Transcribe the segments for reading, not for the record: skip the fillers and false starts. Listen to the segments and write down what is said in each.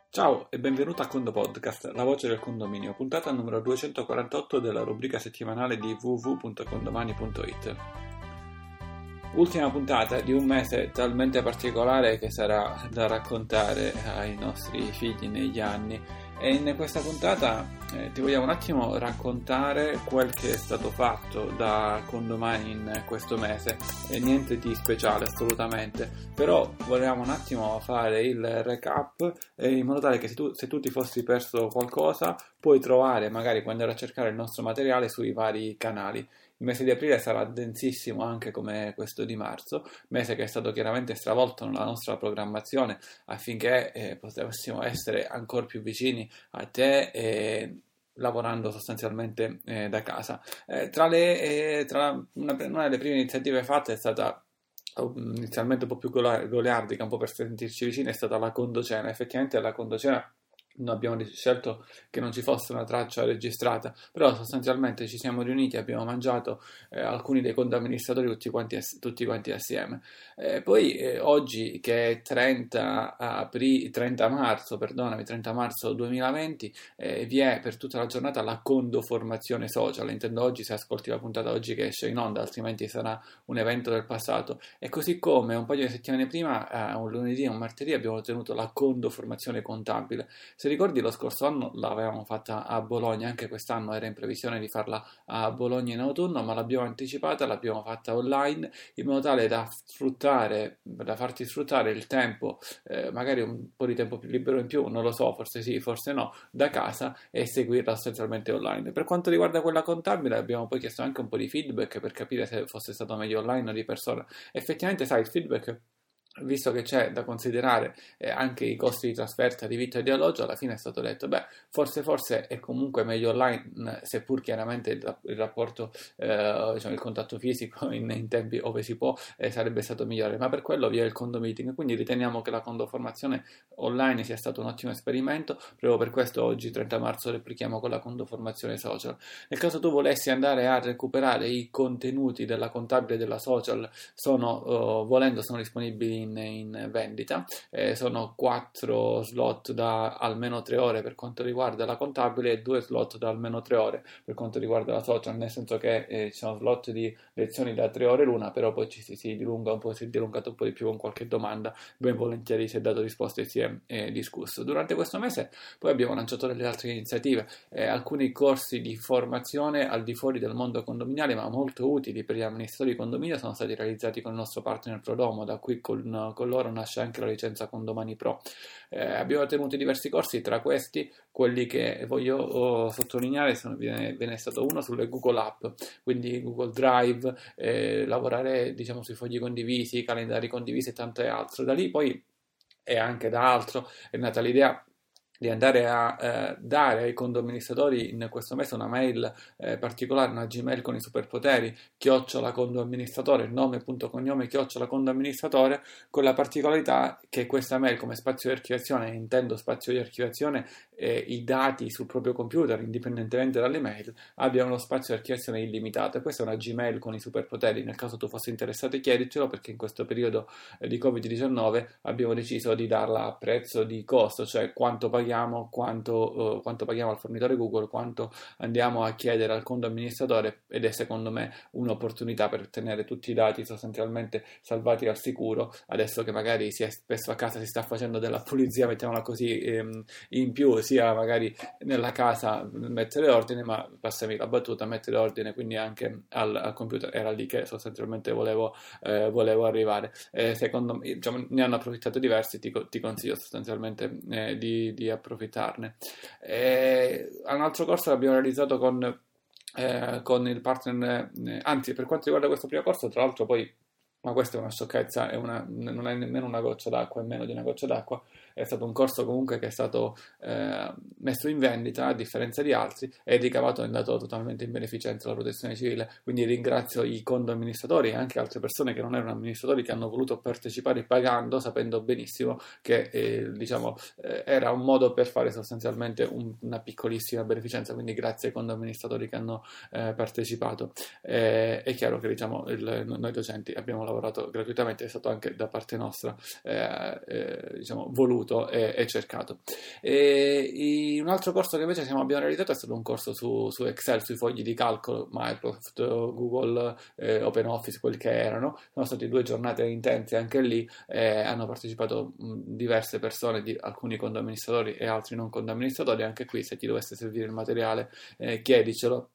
Ciao e benvenuto a Condo Podcast, la voce del condominio, puntata numero 248 della rubrica settimanale di www.condomani.it. Ultima puntata di un mese talmente particolare che sarà da raccontare ai nostri figli negli anni, e in questa puntata ti vogliamo un attimo raccontare quel che è stato fatto da Condomani in questo mese, e niente di speciale assolutamente, però volevamo un attimo fare il recap in modo tale che se tu ti fossi perso qualcosa puoi trovare magari quando andare a cercare il nostro materiale sui vari canali. Il mese di aprile sarà densissimo anche come questo di marzo, mese che è stato chiaramente stravolto nella nostra programmazione affinché potessimo essere ancora più vicini a te, lavorando sostanzialmente da casa. Una delle prime iniziative fatte è stata inizialmente un po' più goliardica, un po' per sentirci vicini, è stata la Condocena. Effettivamente alla Condocena noi abbiamo scelto che non ci fosse una traccia registrata, però sostanzialmente ci siamo riuniti, abbiamo mangiato alcuni dei condoamministratori tutti quanti assieme. Oggi che è 30 marzo, perdonami, 30 marzo 2020, vi è per tutta la giornata la condoformazione social. Intendo oggi, se ascolti la puntata oggi che esce in onda, altrimenti sarà un evento del passato. E così come un paio di settimane prima, un lunedì e un martedì, abbiamo tenuto la condoformazione contabile. Se ricordi, lo scorso anno l'avevamo fatta a Bologna, anche quest'anno era in previsione di farla a Bologna in autunno, ma l'abbiamo anticipata, l'abbiamo fatta online, in modo tale da farti sfruttare il tempo, magari un po' di tempo più libero in più, non lo so, forse sì, forse no, da casa, e seguirla sostanzialmente online. Per quanto riguarda quella contabile, abbiamo poi chiesto anche un po' di feedback per capire se fosse stato meglio online o di persona. Effettivamente, sai, il feedback, visto che c'è da considerare anche i costi di trasferta, di vitto e di alloggio, alla fine è stato detto, forse è comunque meglio online, seppur chiaramente il rapporto, diciamo, il contatto fisico in tempi ove si può, sarebbe stato migliore, ma per quello via il condo meeting. Quindi riteniamo che la condoformazione online sia stato un ottimo esperimento. Proprio per questo oggi 30 marzo replichiamo con la condoformazione social. Nel caso tu volessi andare a recuperare i contenuti della contabile e della social, volendo sono disponibili in vendita. Sono 4 slot da almeno 3 ore per quanto riguarda la contabile e 2 slot da almeno 3 ore per quanto riguarda la social, nel senso che ci sono slot di lezioni da 3 ore l'una, però poi si dilunga un po', si è dilungato un po' di più con qualche domanda, ben volentieri si è dato risposte e si è discusso. Durante questo mese poi abbiamo lanciato delle altre iniziative, alcuni corsi di formazione al di fuori del mondo condominiale, ma molto utili per gli amministratori di condominio, sono stati realizzati con il nostro partner Prodomo, da cui con loro nasce anche la licenza Condomani Pro. Abbiamo tenuto diversi corsi, tra questi quelli che voglio sottolineare ve ne è stato uno sulle Google App, quindi Google Drive, lavorare, diciamo, sui fogli condivisi, calendari condivisi e tanto altro. Da lì poi, e anche da altro, è nata l'idea di andare a dare ai condoamministratori in questo mese una mail particolare, una Gmail con i superpoteri, @condoamministratore, nome, punto, cognome, @condoamministratore, con la particolarità che questa mail, come spazio di archiviazione, intendo spazio di archiviazione, i dati sul proprio computer, indipendentemente dalle mail, abbiano uno spazio di archiviazione illimitato. E questa è una Gmail con i superpoteri. Nel caso tu fossi interessato, chiedicelo, perché in questo periodo di Covid-19 abbiamo deciso di darla a prezzo di costo, cioè quanto paghiamo al fornitore Google, quanto andiamo a chiedere al conto amministratore, ed è secondo me un'opportunità per tenere tutti i dati sostanzialmente salvati al sicuro. Adesso che magari si è spesso a casa, si sta facendo della pulizia, mettiamola così, in più, sia magari nella casa mettere ordine, ma passami la battuta, mettere ordine quindi anche al computer. Era lì che sostanzialmente volevo arrivare. Secondo me, diciamo, ne hanno approfittato diversi, ti consiglio sostanzialmente di approfittarne. Un altro corso l'abbiamo realizzato con il partner, anzi, per quanto riguarda questo primo corso, tra l'altro, poi, ma questa è una sciocchezza, non è nemmeno una goccia d'acqua, è meno di una goccia d'acqua. È stato un corso comunque che è stato messo in vendita, a differenza di altri, e il ricavato è andato totalmente in beneficenza alla protezione civile. Quindi ringrazio i condo amministratori e anche altre persone che non erano amministratori, che hanno voluto partecipare pagando, sapendo benissimo che diciamo, era un modo per fare sostanzialmente una piccolissima beneficenza. Quindi grazie ai condo amministratori che hanno partecipato. È chiaro che, diciamo, noi docenti abbiamo lavorato gratuitamente, è stato anche da parte nostra diciamo voluto e cercato. Un altro corso che invece abbiamo realizzato è stato un corso su Excel, sui fogli di calcolo, Microsoft, Google, OpenOffice, quelli che erano. Sono state 2 giornate intense anche lì, hanno partecipato diverse persone, alcuni condoamministratori e altri non condoamministratori. Anche qui, se ti dovesse servire il materiale, chiedicelo.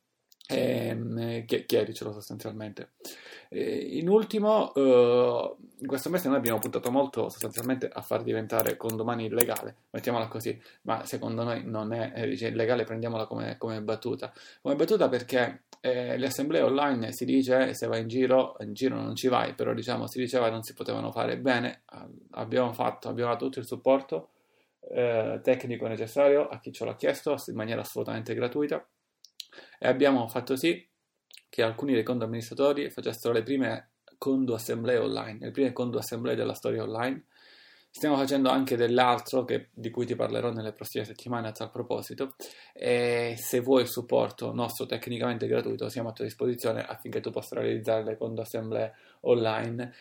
Chiedicelo sostanzialmente. In ultimo, in questo mese noi abbiamo puntato molto sostanzialmente a far diventare condomani illegale, mettiamola così, ma secondo noi non è illegale, prendiamola come battuta perché le assemblee online si dice, se vai in giro non ci vai, però diciamo si diceva che non si potevano fare bene. Abbiamo dato tutto il supporto tecnico necessario a chi ce l'ha chiesto in maniera assolutamente gratuita, e abbiamo fatto sì che alcuni dei condo amministratori facessero le prime condo assemblee online, le prime condo assemblee della storia online. Stiamo facendo anche dell'altro di cui ti parlerò nelle prossime settimane a tal proposito, e se vuoi il supporto nostro tecnicamente gratuito siamo a tua disposizione affinché tu possa realizzare le condo assemblee online.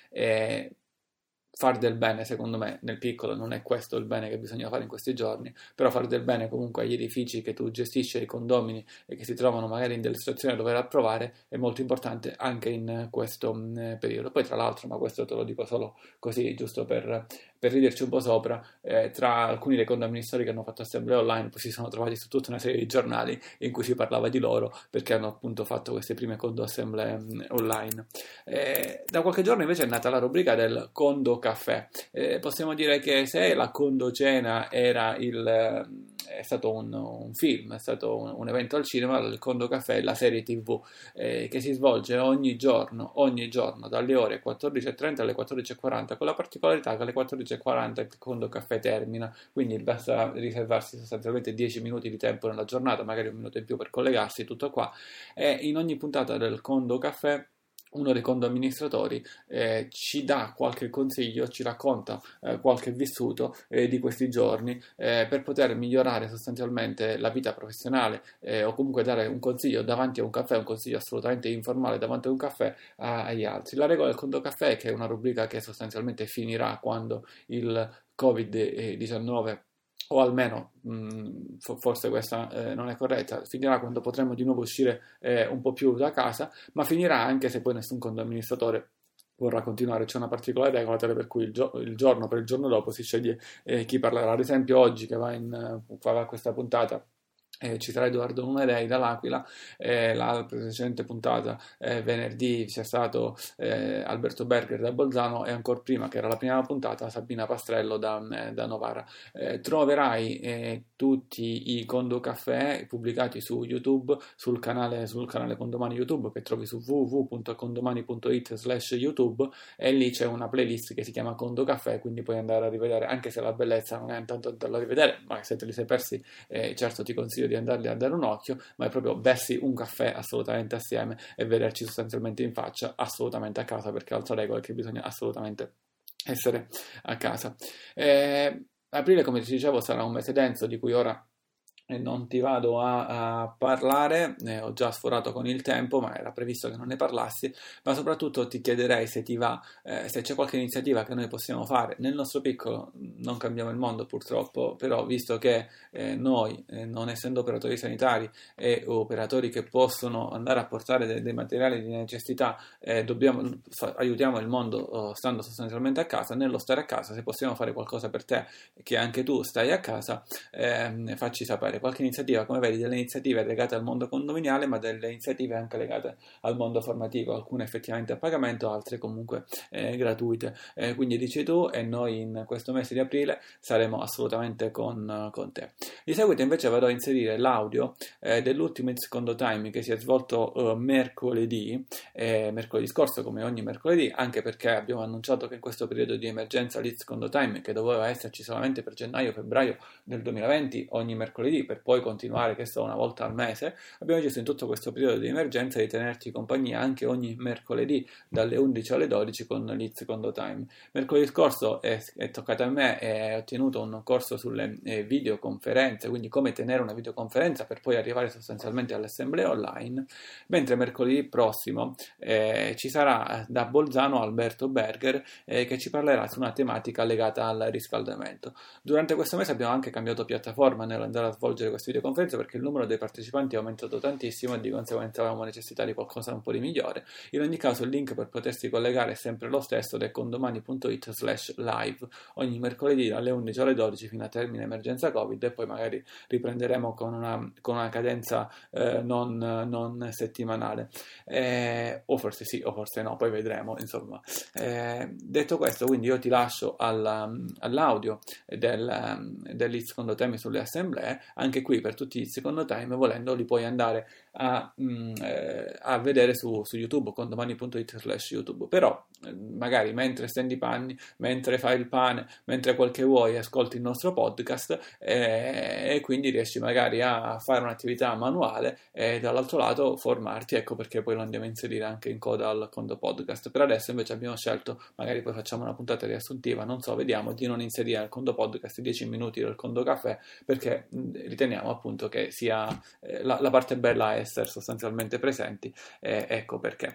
Far del bene, secondo me, nel piccolo non è questo il bene che bisogna fare in questi giorni, però far del bene comunque agli edifici che tu gestisci, ai condomini e che si trovano magari in delle situazioni a dover approvare è molto importante anche in questo periodo. Poi tra l'altro, ma questo te lo dico solo così, giusto per riderci un po' sopra, tra alcuni dei condominiatori che hanno fatto assemblee online poi si sono trovati su tutta una serie di giornali in cui si parlava di loro perché hanno appunto fatto queste prime condo assemblee online. Da qualche giorno invece è nata la rubrica del Condo Caffè. Possiamo dire che se la Condo Cena è stato un film, è stato un evento al cinema, il Condo Caffè è la serie TV che si svolge ogni giorno dalle ore 14:30 alle 14:40, con la particolarità che alle 14:40 il Condo Caffè termina, quindi basta riservarsi sostanzialmente 10 minuti di tempo nella giornata, magari un minuto in più per collegarsi, tutto qua. E in ogni puntata del Condo Caffè uno dei condo amministratori ci dà qualche consiglio, ci racconta qualche vissuto di questi giorni per poter migliorare sostanzialmente la vita professionale, o comunque dare un consiglio davanti a un caffè, un consiglio assolutamente informale davanti a un caffè agli altri. La regola del Condo Caffè è che è una rubrica che sostanzialmente finirà quando il Covid-19, o almeno forse questa non è corretta, finirà quando potremo di nuovo uscire un po' più da casa, ma finirà anche se poi nessun condo amministratore vorrà continuare. C'è una particolare regola tale per cui il giorno per il giorno dopo si sceglie chi parlerà. Ad esempio oggi che va a questa puntata ci sarà Edoardo Numerei dall'Aquila, la precedente puntata venerdì c'è stato Alberto Berger da Bolzano, e ancora prima, che era la prima puntata, Sabina Pastrello da Novara. Troverai tutti i Condo Caffè pubblicati su YouTube, sul canale Condomani YouTube, che trovi su www.condomani.it/YouTube, e lì c'è una playlist che si chiama Condo Caffè, quindi puoi andare a rivedere, anche se la bellezza non è tanto da rivedere, ma se te li sei persi certo ti consiglio di andarli a dare un occhio, ma è proprio bersi un caffè assolutamente assieme e vederci sostanzialmente in faccia assolutamente a casa, perché l'altra regola è che bisogna assolutamente essere a casa. Aprile, come ti dicevo, sarà un mese denso di cui ora non ti vado a parlare, ho già sforato con il tempo, ma era previsto che non ne parlassi, ma soprattutto ti chiederei se ti va, se c'è qualche iniziativa che noi possiamo fare nel nostro piccolo. Non cambiamo il mondo purtroppo, però visto che noi, non essendo operatori sanitari e operatori che possono andare a portare dei materiali di necessità, aiutiamo il mondo stando sostanzialmente a casa. Nello stare a casa, se possiamo fare qualcosa per te, che anche tu stai a casa, facci sapere qualche iniziativa. Come vedi, delle iniziative legate al mondo condominiale, ma delle iniziative anche legate al mondo formativo, alcune effettivamente a pagamento, altre comunque gratuite. Quindi dici tu, e noi in questo mese di aprile saremo assolutamente con te. Di seguito invece vado a inserire l'audio dell'ultimo It's Condo Time, che si è svolto mercoledì scorso, come ogni mercoledì, anche perché abbiamo annunciato che in questo periodo di emergenza l'It's Condo Time, che doveva esserci solamente per gennaio-febbraio del 2020 ogni mercoledì, per poi continuare che una volta al mese, abbiamo deciso in tutto questo periodo di emergenza di tenerti compagnia anche ogni mercoledì dalle 11 alle 12 con l'It's Condo Time. Mercoledì scorso è toccato a me e ho tenuto un corso sulle videoconferenze videoconferenze, quindi come tenere una videoconferenza per poi arrivare sostanzialmente alle assemblee online, mentre mercoledì prossimo ci sarà da Bolzano Alberto Berger che ci parlerà su una tematica legata al riscaldamento. Durante questo mese abbiamo anche cambiato piattaforma nell'andare a svolgere queste videoconferenze perché il numero dei partecipanti è aumentato tantissimo e di conseguenza avevamo necessità di qualcosa un po' di migliore. In ogni caso il link per potersi collegare è sempre lo stesso ed è condomani.it/live ogni mercoledì dalle 11 alle 12 fino a termine emergenza Covid, e poi magari riprenderemo con una cadenza non settimanale, o forse sì o forse no, poi vedremo, insomma. Detto questo, quindi io ti lascio all'audio degli secondo time sulle assemblee. Anche qui per tutti i secondo time, volendo, li puoi andare a vedere su YouTube, condomani.it/YouTube, però magari mentre stendi i panni, mentre fai il pane, mentre quel che vuoi, ascolti il nostro podcast e quindi riesci magari a fare un'attività manuale e dall'altro lato formarti. Ecco perché poi lo andiamo a inserire anche in coda al Condo Podcast. Per adesso invece abbiamo scelto, magari poi facciamo una puntata riassuntiva, non so, vediamo, di non inserire al Condo Podcast i 10 minuti del Condo Caffè, perché riteniamo appunto che sia la parte bella è essere sostanzialmente presenti, ecco perché.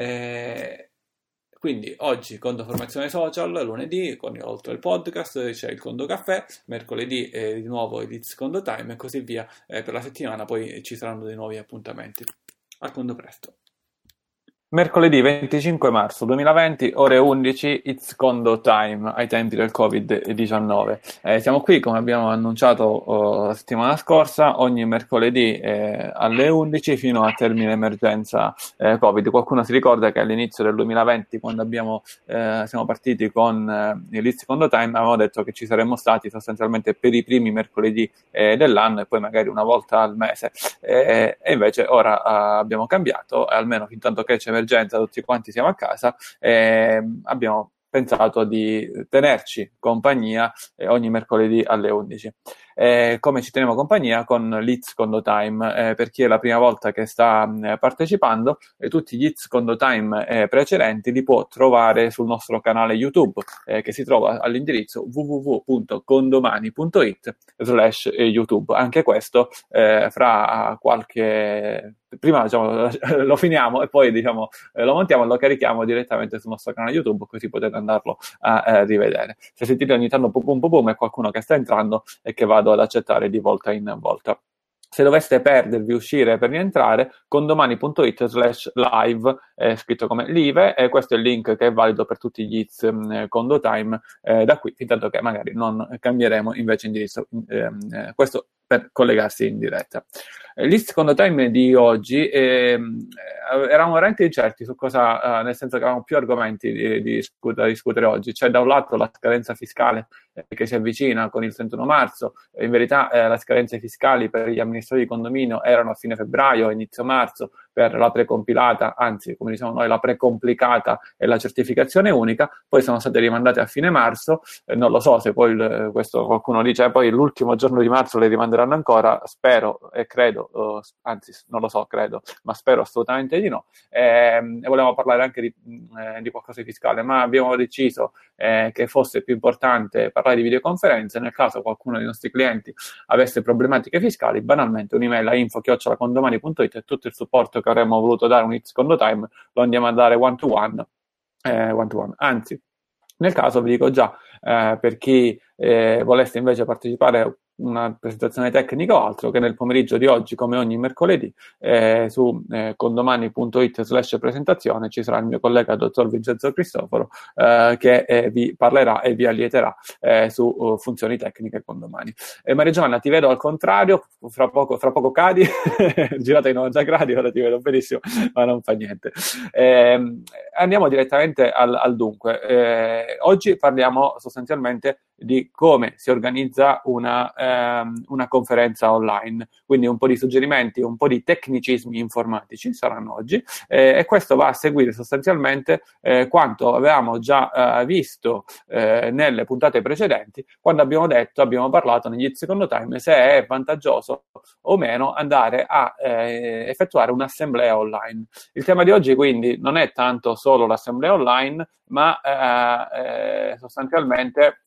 Quindi oggi Condo Formazione Social, lunedì oltre il podcast c'è il Condo Caffè, mercoledì di nuovo il It's Condo Time e così via per la settimana, poi ci saranno dei nuovi appuntamenti. A Condo presto. Mercoledì 25 marzo 2020, ore 11, It's Condo Time, ai tempi del Covid-19. Siamo qui, come abbiamo annunciato la settimana scorsa, ogni mercoledì alle 11 fino a termine emergenza Covid. Qualcuno si ricorda che all'inizio del 2020, quando siamo partiti con l'It's Condo Time, avevamo detto che ci saremmo stati sostanzialmente per i primi mercoledì dell'anno e poi magari una volta al mese. E invece ora abbiamo cambiato, almeno fin tanto che c'è emergenza, tutti quanti siamo a casa, abbiamo pensato di tenerci compagnia ogni mercoledì alle 11. Come ci teniamo compagnia? Con l'It's Condo Time, per chi è la prima volta che sta partecipando, tutti gli It's Condo Time precedenti li può trovare sul nostro canale YouTube, che si trova all'indirizzo www.condomani.it/YouTube. Anche questo fra qualche... Prima lo finiamo e poi lo montiamo e lo carichiamo direttamente sul nostro canale YouTube, così potete andarlo a rivedere. Se sentite ogni tanto pum pum pum è qualcuno che sta entrando e che vado ad accettare di volta in volta. Se doveste perdervi, uscire per rientrare, condomani.it/live, scritto come live, e questo è il link che è valido per tutti gli It's Condo Time da qui, fintanto che magari non cambieremo invece indirizzo. Questo per collegarsi in diretta. L'It's Condo Time di oggi eravamo veramente incerti su cosa, nel senso che avevamo più argomenti da discutere oggi. C'è da un lato la scadenza fiscale che si avvicina con il 31 marzo, in verità le scadenze fiscali per gli amministratori di condominio erano a fine febbraio, inizio marzo, per la precompilata, anzi come diciamo noi la precomplicata e la certificazione unica, poi sono state rimandate a fine marzo, non lo so se poi questo qualcuno dice poi l'ultimo giorno di marzo le rimanderanno ancora, spero e credo, anzi non lo so, credo, ma spero assolutamente di no, e volevamo parlare anche di qualcosa di fiscale, ma abbiamo deciso che fosse più importante parlare di videoconferenze. Nel caso qualcuno dei nostri clienti avesse problematiche fiscali, banalmente un'email a info@condomani.it e tutto il supporto che avremmo voluto dare un It's Condo Time lo andiamo a dare one to one, anzi nel caso vi dico già, per chi volesse invece partecipare una presentazione tecnica o altro, che nel pomeriggio di oggi, come ogni mercoledì, su condomani.it/presentazione ci sarà il mio collega dottor Vincenzo Cristoforo che vi parlerà e vi allieterà su funzioni tecniche condomani. Maria Giovanna, ti vedo al contrario, fra poco cadi, girata ai 90 gradi, ora ti vedo benissimo, ma non fa niente. Andiamo direttamente al dunque. Oggi parliamo sostanzialmente di come si organizza una conferenza online, quindi un po' di suggerimenti, un po' di tecnicismi informatici saranno oggi, e questo va a seguire sostanzialmente quanto avevamo già visto nelle puntate precedenti, quando abbiamo parlato negli secondo time se è vantaggioso o meno andare a effettuare un'assemblea online. Il tema di oggi quindi non è tanto solo l'assemblea online, ma sostanzialmente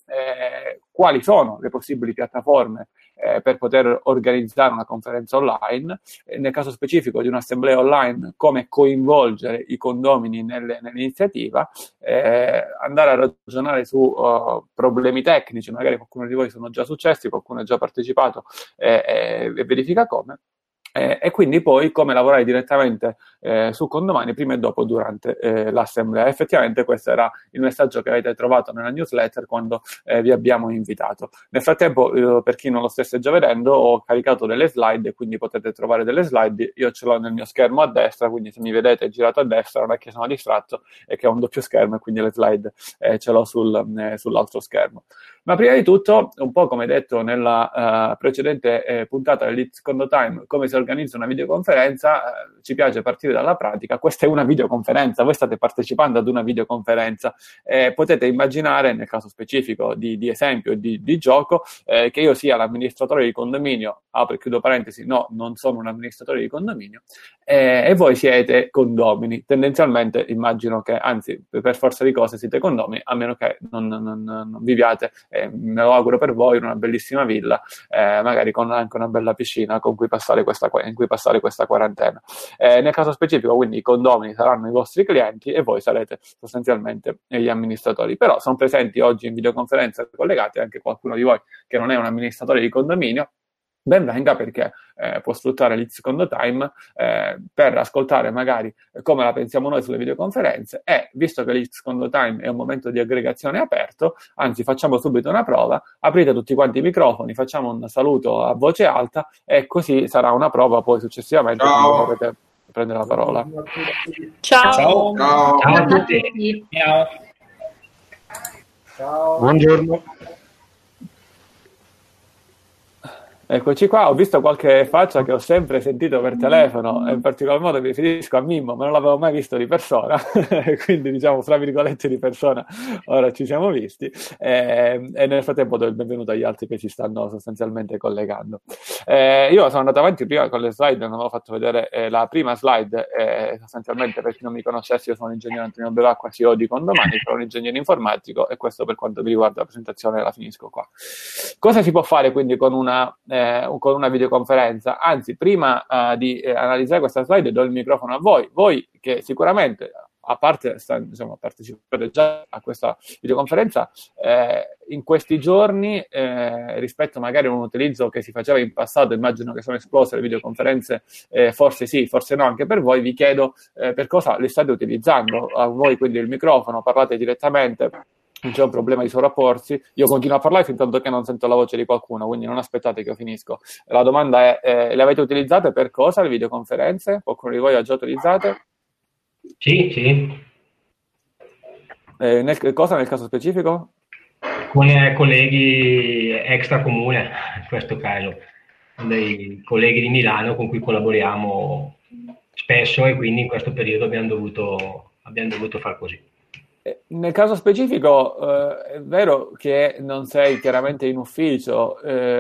quali sono le possibili piattaforme per poter organizzare una conferenza online, nel caso specifico di un'assemblea online, come coinvolgere i condomini nell'iniziativa, andare a ragionare su problemi tecnici, magari qualcuno di voi sono già successi, qualcuno ha già partecipato e verifica come. E quindi poi come lavorare direttamente su condomani prima e dopo durante l'assemblea. Effettivamente questo era il messaggio che avete trovato nella newsletter quando vi abbiamo invitato. Nel frattempo, per chi non lo stesse già vedendo, ho caricato delle slide e quindi potete trovare delle slide. Io ce l'ho nel mio schermo a destra, quindi se mi vedete girato a destra non è che sono distratto, è che ho un doppio schermo e quindi le slide ce l'ho sull'altro schermo. Ma prima di tutto, un po' come detto nella precedente puntata dell'It's Condo Time, come si organizza una videoconferenza, ci piace partire dalla pratica. Questa è una videoconferenza, voi state partecipando ad una videoconferenza, potete immaginare, nel caso specifico di esempio di gioco, che io sia l'amministratore di condominio, apro e chiudo parentesi, no, non sono un amministratore di condominio, e voi siete condomini. Tendenzialmente immagino che, anzi, per forza di cose siete condomini, a meno che non viviate, me lo auguro per voi, in una bellissima villa, magari con anche una bella piscina in cui passare questa quarantena. Nel caso specifico, quindi, i condomini saranno i vostri clienti e voi sarete sostanzialmente gli amministratori. Però sono presenti oggi in videoconferenza collegati anche qualcuno di voi che non è un amministratore di condominio. Ben venga, perché può sfruttare l'It's Condo Time per ascoltare magari come la pensiamo noi sulle videoconferenze, e visto che l'It's Condo Time è un momento di aggregazione aperto, anzi facciamo subito una prova, aprite tutti quanti i microfoni, facciamo un saluto a voce alta e così sarà una prova poi successivamente quando vorrete prendere la parola. Ciao. Ciao. Ciao a tutti. Ciao. Ciao. Buongiorno. Eccoci qua, ho visto qualche faccia che ho sempre sentito per telefono, e in particolar modo mi riferisco a Mimmo, ma non l'avevo mai visto di persona, quindi diciamo fra virgolette di persona, ora ci siamo visti, e nel frattempo do il benvenuto agli altri che ci stanno sostanzialmente collegando. Io sono andato avanti prima con le slide, non avevo fatto vedere la prima slide, sostanzialmente per chi non mi conoscesse io sono l'ingegnere Antonio Bevacqua, CEO di Condomani, sono un ingegnere informatico e questo per quanto mi riguarda la presentazione la finisco qua. Cosa si può fare quindi con una videoconferenza? Anzi, prima di analizzare questa slide do il microfono a voi che sicuramente, a parte partecipate già a questa videoconferenza, in questi giorni, rispetto magari a un utilizzo che si faceva in passato, immagino che sono esplose le videoconferenze, forse sì, forse no, anche per voi, vi chiedo per cosa le state utilizzando. A voi quindi il microfono, parlate direttamente, non c'è un problema di sovrapporsi, io continuo a parlare fin tanto che non sento la voce di qualcuno, quindi non aspettate che io finisco. La domanda è, le avete utilizzate per cosa le videoconferenze? Qualcuno di voi ha già utilizzate? Sì. Cosa nel caso specifico? Con colleghi extracomune, in questo caso, dei colleghi di Milano con cui collaboriamo spesso e quindi in questo periodo abbiamo dovuto far così. Nel caso specifico è vero che non sei chiaramente in ufficio,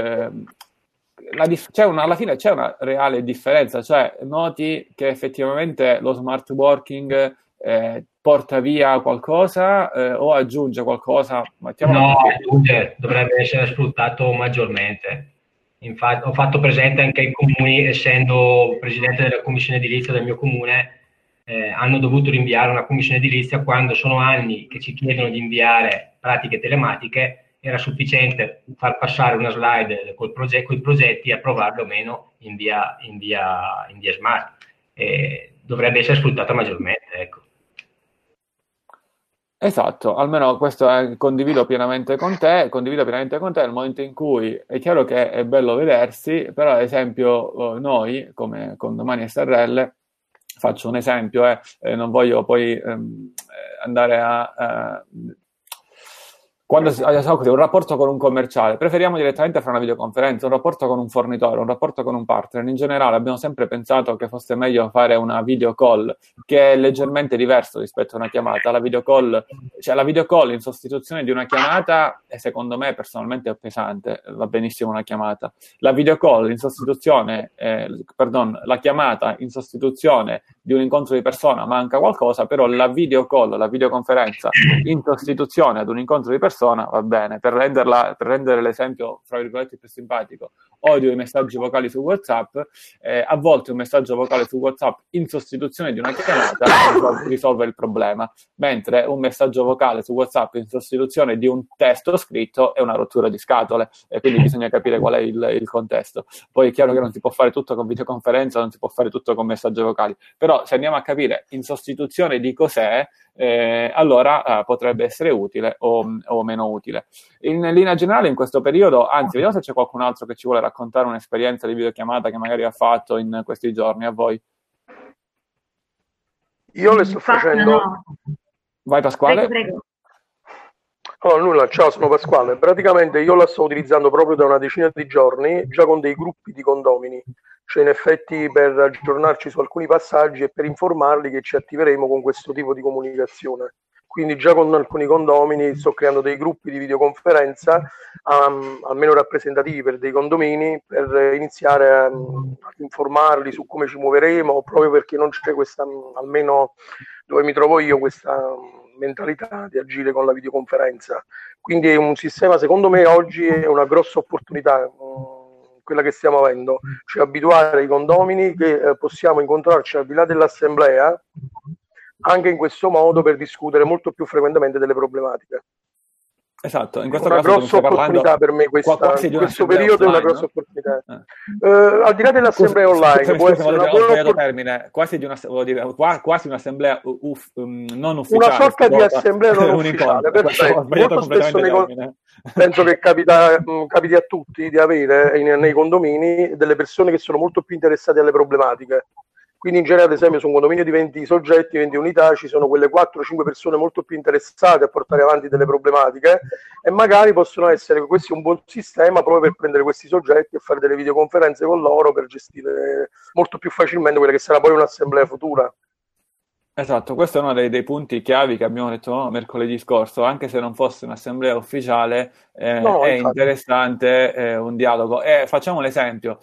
alla fine c'è una reale differenza, cioè noti che effettivamente lo smart working porta via qualcosa o aggiunge qualcosa? No, aggiunge, dovrebbe essere sfruttato maggiormente. Infatti ho fatto presente anche ai comuni, essendo presidente della commissione edilizia del mio comune, hanno dovuto rinviare una commissione edilizia quando sono anni che ci chiedono di inviare pratiche telematiche. Era sufficiente far passare una slide con i progetti e approvarlo o meno in via smart. Dovrebbe essere sfruttata maggiormente, ecco. Esatto, almeno questo condivido pienamente con te nel momento in cui è chiaro che è bello vedersi, però ad esempio noi come Condomani SRL, faccio un esempio, non voglio poi andare a quando un rapporto con un commerciale, preferiamo direttamente fare una videoconferenza, un rapporto con un fornitore, un rapporto con un partner. In generale abbiamo sempre pensato che fosse meglio fare una video call, che è leggermente diverso rispetto a una chiamata. La video call in sostituzione di una chiamata, e secondo me personalmente è pesante, va benissimo una chiamata. La video call in sostituzione, la chiamata in sostituzione di un incontro di persona manca qualcosa, però la video call, la videoconferenza in sostituzione ad un incontro di persona persona, va bene. Per rendere l'esempio, fra virgolette, più simpatico, odio i messaggi vocali su WhatsApp, a volte un messaggio vocale su WhatsApp in sostituzione di una chiamata risolve il problema, mentre un messaggio vocale su WhatsApp in sostituzione di un testo scritto è una rottura di scatole, e quindi bisogna capire qual è il contesto. Poi è chiaro che non si può fare tutto con videoconferenza, non si può fare tutto con messaggi vocali, però se andiamo a capire in sostituzione di cos'è, allora potrebbe essere utile o meno utile. In linea generale in questo periodo, anzi vediamo se c'è qualcun altro che ci vuole raccontare un'esperienza di videochiamata che magari ha fatto in questi giorni. A voi? Io le sto facendo... No. Vai Pasquale. Prego. Oh, nulla, ciao, sono Pasquale. Praticamente io la sto utilizzando proprio da una decina di giorni, già con dei gruppi di condomini, cioè in effetti per aggiornarci su alcuni passaggi e per informarli che ci attiveremo con questo tipo di comunicazione. Quindi già con alcuni condomini sto creando dei gruppi di videoconferenza, almeno rappresentativi per dei condomini, per iniziare a informarli su come ci muoveremo, proprio perché non c'è questa, almeno dove mi trovo io, questa mentalità di agire con la videoconferenza. Quindi è un sistema, secondo me oggi è una grossa opportunità, quella che stiamo avendo, cioè abituare i condomini che possiamo incontrarci al di là dell'assemblea anche in questo modo per discutere molto più frequentemente delle problematiche. Esatto, in questo una caso grossa opportunità per me questo periodo è una grossa opportunità. Al di là dell'assemblea online può essere una buona termine, quasi un'assemblea non ufficiale. Una sorta di assemblea non ufficiale, perfetto. Molto spesso penso che capiti a tutti di avere nei condomini delle persone che sono molto più interessate alle problematiche. Quindi in genere, ad esempio, su un condominio di 20 soggetti, 20 unità, ci sono quelle 4-5 persone molto più interessate a portare avanti delle problematiche e magari possono essere questi un buon sistema proprio per prendere questi soggetti e fare delle videoconferenze con loro per gestire molto più facilmente quella che sarà poi un'assemblea futura. Esatto, questo è uno dei punti chiavi che abbiamo detto mercoledì scorso, anche se non fosse un'assemblea ufficiale, è interessante un dialogo. Facciamo l'esempio,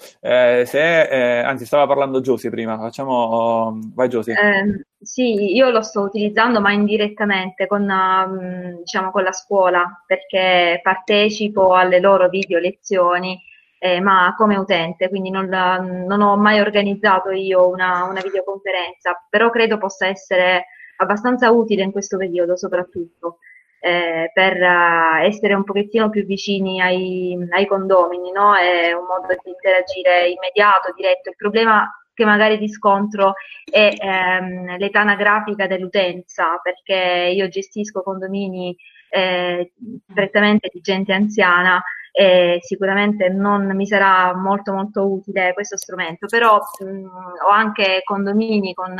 anzi stava parlando Giusy prima, vai Giusy. Sì, io lo sto utilizzando ma indirettamente con la scuola, perché partecipo alle loro video lezioni. Ma come utente, quindi non ho mai organizzato io una videoconferenza, però credo possa essere abbastanza utile in questo periodo soprattutto per essere un pochettino più vicini ai condomini, no? È un modo di interagire immediato, diretto. Il problema che magari riscontro è l'età anagrafica dell'utenza, perché io gestisco condomini prettamente di gente anziana, sicuramente non mi sarà molto molto utile questo strumento, però ho anche condomini con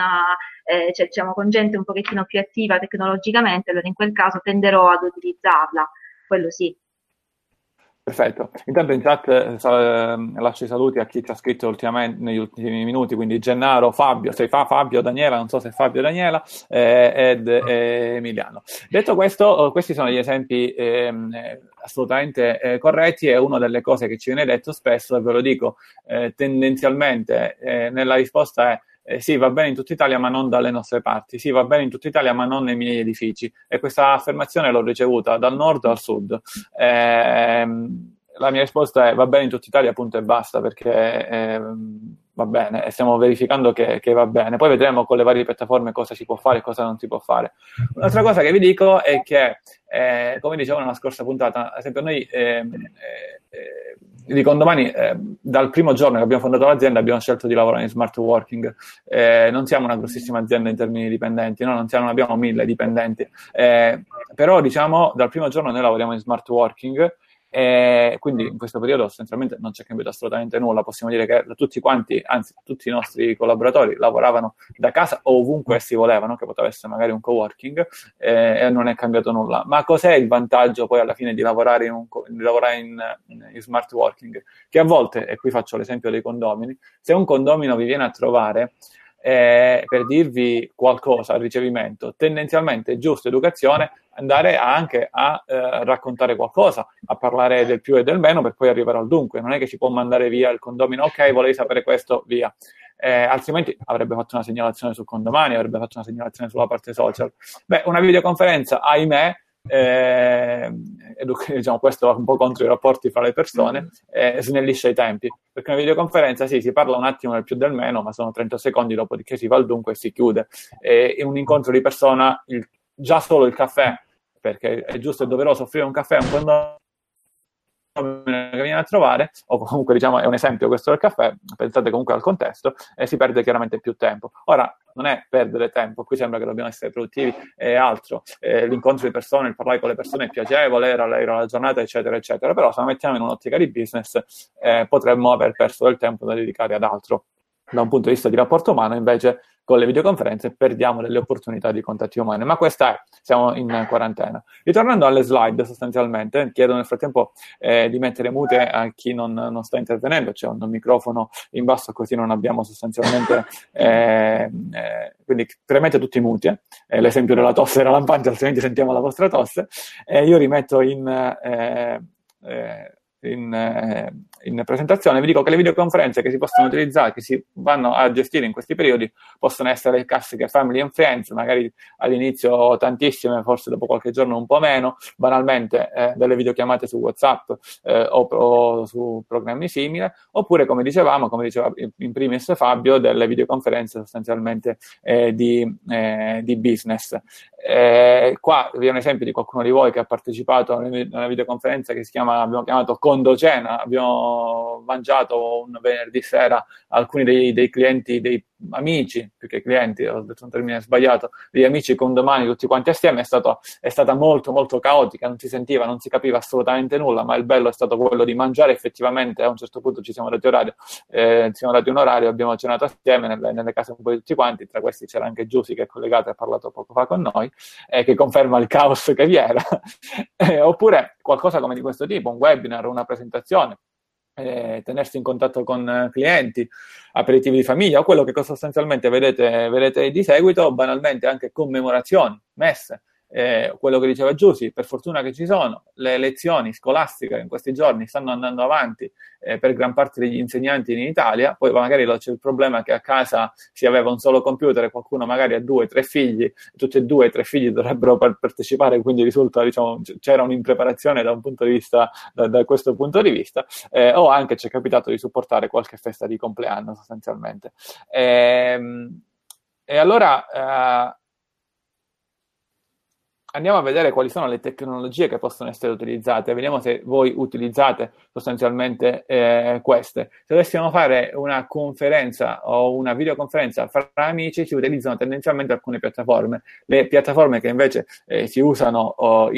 gente un pochettino più attiva tecnologicamente, allora in quel caso tenderò ad utilizzarla, quello sì. Perfetto, intanto in chat lascio i saluti a chi ci ha scritto ultimamente negli ultimi minuti, quindi Gennaro, Fabio, Fabio, Daniela, non so se Fabio, Daniela, ed Emiliano. Detto questo, questi sono gli esempi assolutamente corretti, e una delle cose che ci viene detto spesso, e ve lo dico tendenzialmente nella risposta è sì, va bene in tutta Italia ma non dalle nostre parti, sì, va bene in tutta Italia ma non nei miei edifici, e questa affermazione l'ho ricevuta dal nord al sud. La mia risposta è va bene in tutta Italia, punto e basta, perché va bene, e stiamo verificando che va bene. Poi vedremo con le varie piattaforme cosa si può fare e cosa non si può fare. Un'altra cosa che vi dico è che, come dicevo nella scorsa puntata, ad esempio noi di Condomani, dal primo giorno che abbiamo fondato l'azienda abbiamo scelto di lavorare in smart working. Non siamo una grossissima azienda in termini di dipendenti, no? Non abbiamo 1000 dipendenti, però diciamo dal primo giorno noi lavoriamo in smart working. Quindi in questo periodo sostanzialmente non c'è cambiato assolutamente nulla. Possiamo dire che tutti quanti, anzi tutti i nostri collaboratori lavoravano da casa o ovunque essi volevano, che poteva essere magari un coworking, e non è cambiato nulla. Ma cos'è il vantaggio poi alla fine di lavorare in smart working? Che a volte, e qui faccio l'esempio dei condomini, se un condomino vi viene a trovare per dirvi qualcosa al ricevimento, tendenzialmente è giusto educazione andare anche a raccontare qualcosa, a parlare del più e del meno per poi arrivare al dunque. Non è che ci può mandare via il condomino, ok, volevi sapere questo, via. Altrimenti avrebbe fatto una segnalazione sul condomani, avrebbe fatto una segnalazione sulla parte social. Una videoconferenza, ahimè, diciamo, questo va un po' contro i rapporti fra le persone, snellisce i tempi, perché una videoconferenza sì, si parla un attimo del più del meno, ma sono 30 secondi, dopodiché si va al dunque e si chiude. In un incontro di persona, già solo il caffè, perché è giusto e doveroso offrire un caffè a un condomino che viene a trovare, o comunque diciamo è un esempio questo del caffè, pensate comunque al contesto, e si perde chiaramente più tempo. Ora, non è perdere tempo, qui sembra che dobbiamo essere produttivi, è altro, l'incontro di persone, il parlare con le persone è piacevole, era la giornata eccetera eccetera, però se la mettiamo in un'ottica di business potremmo aver perso del tempo da dedicare ad altro. Da un punto di vista di rapporto umano, invece, con le videoconferenze perdiamo delle opportunità di contatti umani, ma questa è, siamo in quarantena. Ritornando alle slide, sostanzialmente, chiedo nel frattempo di mettere mute a chi non sta intervenendo, c'è un microfono in basso, così non abbiamo sostanzialmente, quindi premete tutti i muti, l'esempio della tosse era lampante, altrimenti sentiamo la vostra tosse, io rimetto in presentazione, vi dico che le videoconferenze che si possono utilizzare, che si vanno a gestire in questi periodi, possono essere le classiche family and friends, magari all'inizio tantissime, forse dopo qualche giorno un po' meno, banalmente delle videochiamate su WhatsApp o su programmi simili, oppure come diceva in primis Fabio, delle videoconferenze sostanzialmente di business. Qua vi è un esempio di qualcuno di voi che ha partecipato a una videoconferenza che abbiamo chiamato Condocena. Abbiamo mangiato un venerdì sera alcuni dei clienti, dei amici, più che clienti, ho detto un termine sbagliato, degli amici condomani tutti quanti assieme. È stata molto molto caotica, non si sentiva, non si capiva assolutamente nulla, ma il bello è stato quello di mangiare. Effettivamente a un certo punto ci siamo dati un orario, abbiamo cenato assieme nelle case un po' di tutti quanti, tra questi c'era anche Giusy che è collegato e ha parlato poco fa con noi, che conferma il caos che vi era, oppure qualcosa come di questo tipo, un webinar, una presentazione, tenersi in contatto con clienti, aperitivi di famiglia o quello che sostanzialmente vedete di seguito, banalmente anche commemorazioni, messe. Quello che diceva Giusy, per fortuna che ci sono, le lezioni scolastiche in questi giorni stanno andando avanti per gran parte degli insegnanti in Italia. Poi magari c'è il problema che a casa si aveva un solo computer e qualcuno magari ha 2 o 3 figli, tutti e 2 o 3 figli dovrebbero partecipare, quindi risulta, diciamo, c'era un'impreparazione da un punto di vista, da questo punto di vista, o anche ci è capitato di supportare qualche festa di compleanno sostanzialmente. E allora andiamo a vedere quali sono le tecnologie che possono essere utilizzate, vediamo se voi utilizzate sostanzialmente queste. Se dovessimo fare una conferenza o una videoconferenza fra amici, si utilizzano tendenzialmente alcune piattaforme. Le piattaforme che invece si usano a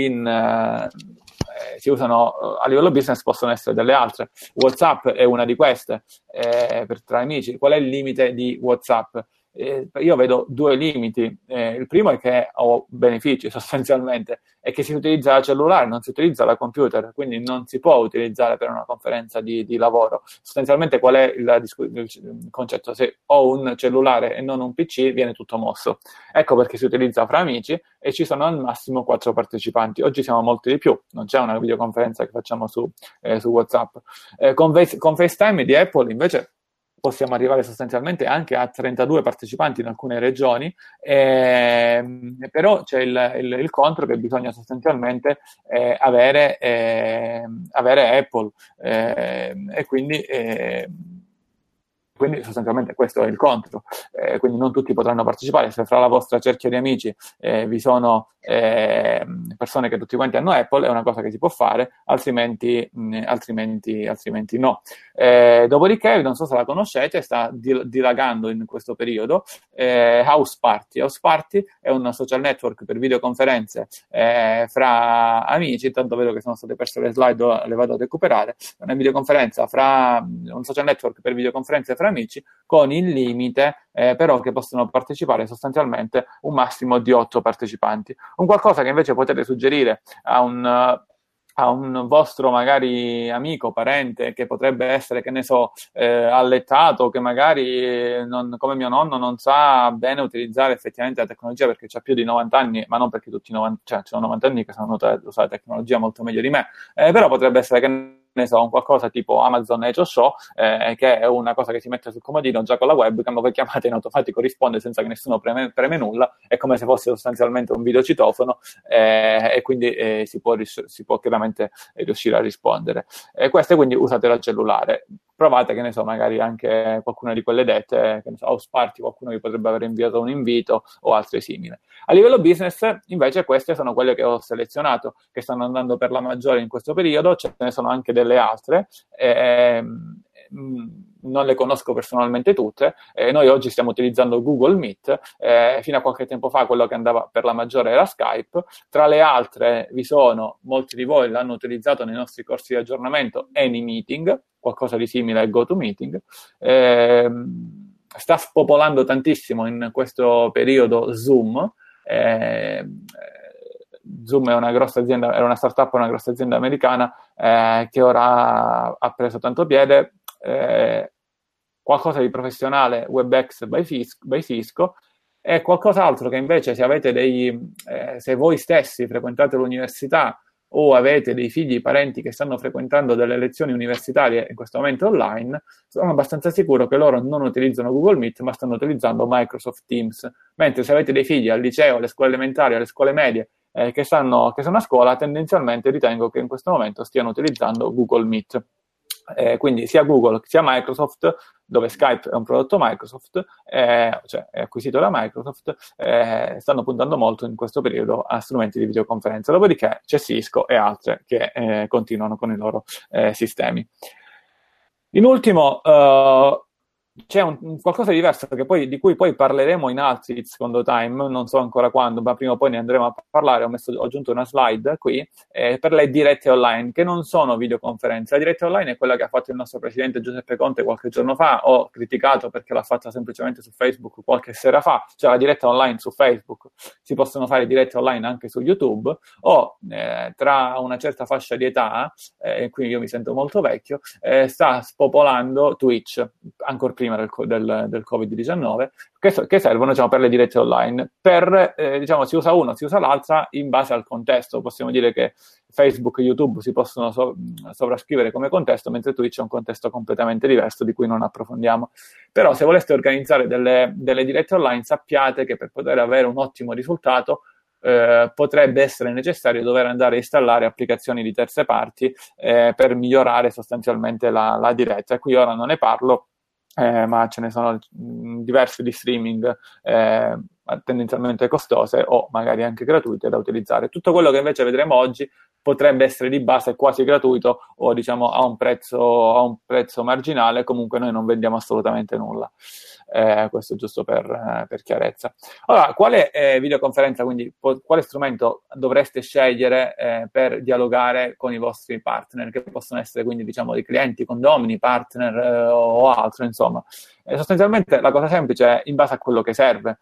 livello business possono essere delle altre. WhatsApp è una di queste tra amici. Qual è il limite di WhatsApp? Io vedo 2 limiti. Il primo è che ho benefici sostanzialmente, è che si utilizza la cellulare, non si utilizza la computer, quindi non si può utilizzare per una conferenza di lavoro. Sostanzialmente qual è il concetto? Se ho un cellulare e non un PC, viene tutto mosso. Ecco perché si utilizza fra amici e ci sono al massimo 4 partecipanti. Oggi siamo molti di più, non c'è una videoconferenza che facciamo su WhatsApp. Con FaceTime di Apple invece possiamo arrivare sostanzialmente anche a 32 partecipanti in alcune regioni, però c'è il contro che bisogna sostanzialmente avere Apple, e quindi sostanzialmente questo è il contro, quindi non tutti potranno partecipare. Se fra la vostra cerchia di amici vi sono persone che tutti quanti hanno Apple, è una cosa che si può fare, altrimenti no. Dopodiché, non so se la conoscete, sta dilagando in questo periodo House Party. House Party è un social network per videoconferenze fra amici. Intanto vedo che sono state perse le slide, le vado a recuperare. È una videoconferenza un social network per videoconferenze fra amici, con il limite però che possono partecipare sostanzialmente un massimo di 8 partecipanti. Un qualcosa che invece potete suggerire a un vostro magari amico, parente, che potrebbe essere, che ne so, allettato, che magari come mio nonno non sa bene utilizzare effettivamente la tecnologia perché ha più di 90 anni, ma non perché tutti 90, cioè ci sono 90 anni che sanno usare la tecnologia molto meglio di me, però potrebbe essere che ne so, un qualcosa tipo Amazon Echo Show, che è una cosa che si mette sul comodino già con la webcam, voi chiamate in automatico, risponde senza che nessuno preme nulla, è come se fosse sostanzialmente un videocitofono, e quindi si può chiaramente riuscire a rispondere. Queste quindi usate al cellulare. Provate, che ne so, magari anche qualcuna di quelle dette, che ne so, House Party, qualcuno vi potrebbe aver inviato un invito o altre simili. A livello business, invece, queste sono quelle che ho selezionato, che stanno andando per la maggiore in questo periodo, ce ne sono anche delle altre, non le conosco personalmente tutte, noi oggi stiamo utilizzando Google Meet, fino a qualche tempo fa quello che andava per la maggiore era Skype, tra le altre vi sono, molti di voi l'hanno utilizzato nei nostri corsi di aggiornamento, AnyMeeting, qualcosa di simile a GoToMeeting, sta spopolando tantissimo in questo periodo Zoom. Zoom è una grossa azienda, era una startup, una grossa azienda americana che ora ha preso tanto piede, qualcosa di professionale, WebEx by Cisco, e qualcos'altro che invece se avete se voi stessi frequentate l'università o avete dei figli, parenti che stanno frequentando delle lezioni universitarie in questo momento online, sono abbastanza sicuro che loro non utilizzano Google Meet, ma stanno utilizzando Microsoft Teams. Mentre se avete dei figli al liceo, alle scuole elementari, alle scuole medie, che sono a scuola, tendenzialmente ritengo che in questo momento stiano utilizzando Google Meet. Quindi sia Google sia Microsoft, dove Skype è un prodotto Microsoft, cioè è acquisito da Microsoft, stanno puntando molto in questo periodo a strumenti di videoconferenza. Dopodiché c'è Cisco e altre che continuano con i loro sistemi. In ultimo, c'è qualcosa di diverso di cui poi parleremo in altri secondo time, non so ancora quando, ma prima o poi ne andremo a parlare. Ho aggiunto una slide qui per le dirette online, che non sono videoconferenze. La diretta online è quella che ha fatto il nostro presidente Giuseppe Conte qualche giorno fa, ho criticato perché l'ha fatta semplicemente su Facebook qualche sera fa, cioè la diretta online su Facebook. Si possono fare dirette online anche su YouTube, o tra una certa fascia di età, e quindi io mi sento molto vecchio, sta spopolando Twitch, ancora prima del Covid-19, che servono, diciamo, per le dirette online. Diciamo, si usa una, si usa l'altra in base al contesto. Possiamo dire che Facebook e YouTube si possono sovrascrivere come contesto, mentre Twitch è un contesto completamente diverso di cui non approfondiamo. Però se voleste organizzare delle dirette online, sappiate che per poter avere un ottimo risultato potrebbe essere necessario dover andare a installare applicazioni di terze parti per migliorare sostanzialmente la diretta. E qui ora non ne parlo, ma ce ne sono diverse di streaming tendenzialmente costose o magari anche gratuite da utilizzare. Tutto quello che invece vedremo oggi potrebbe essere di base quasi gratuito o diciamo a un prezzo marginale. Comunque noi non vendiamo assolutamente nulla, questo giusto per chiarezza. Allora, quale videoconferenza, quindi quale strumento dovreste scegliere per dialogare con i vostri partner, che possono essere quindi diciamo dei clienti, condomini, partner o altro, insomma. Sostanzialmente la cosa semplice è in base a quello che serve,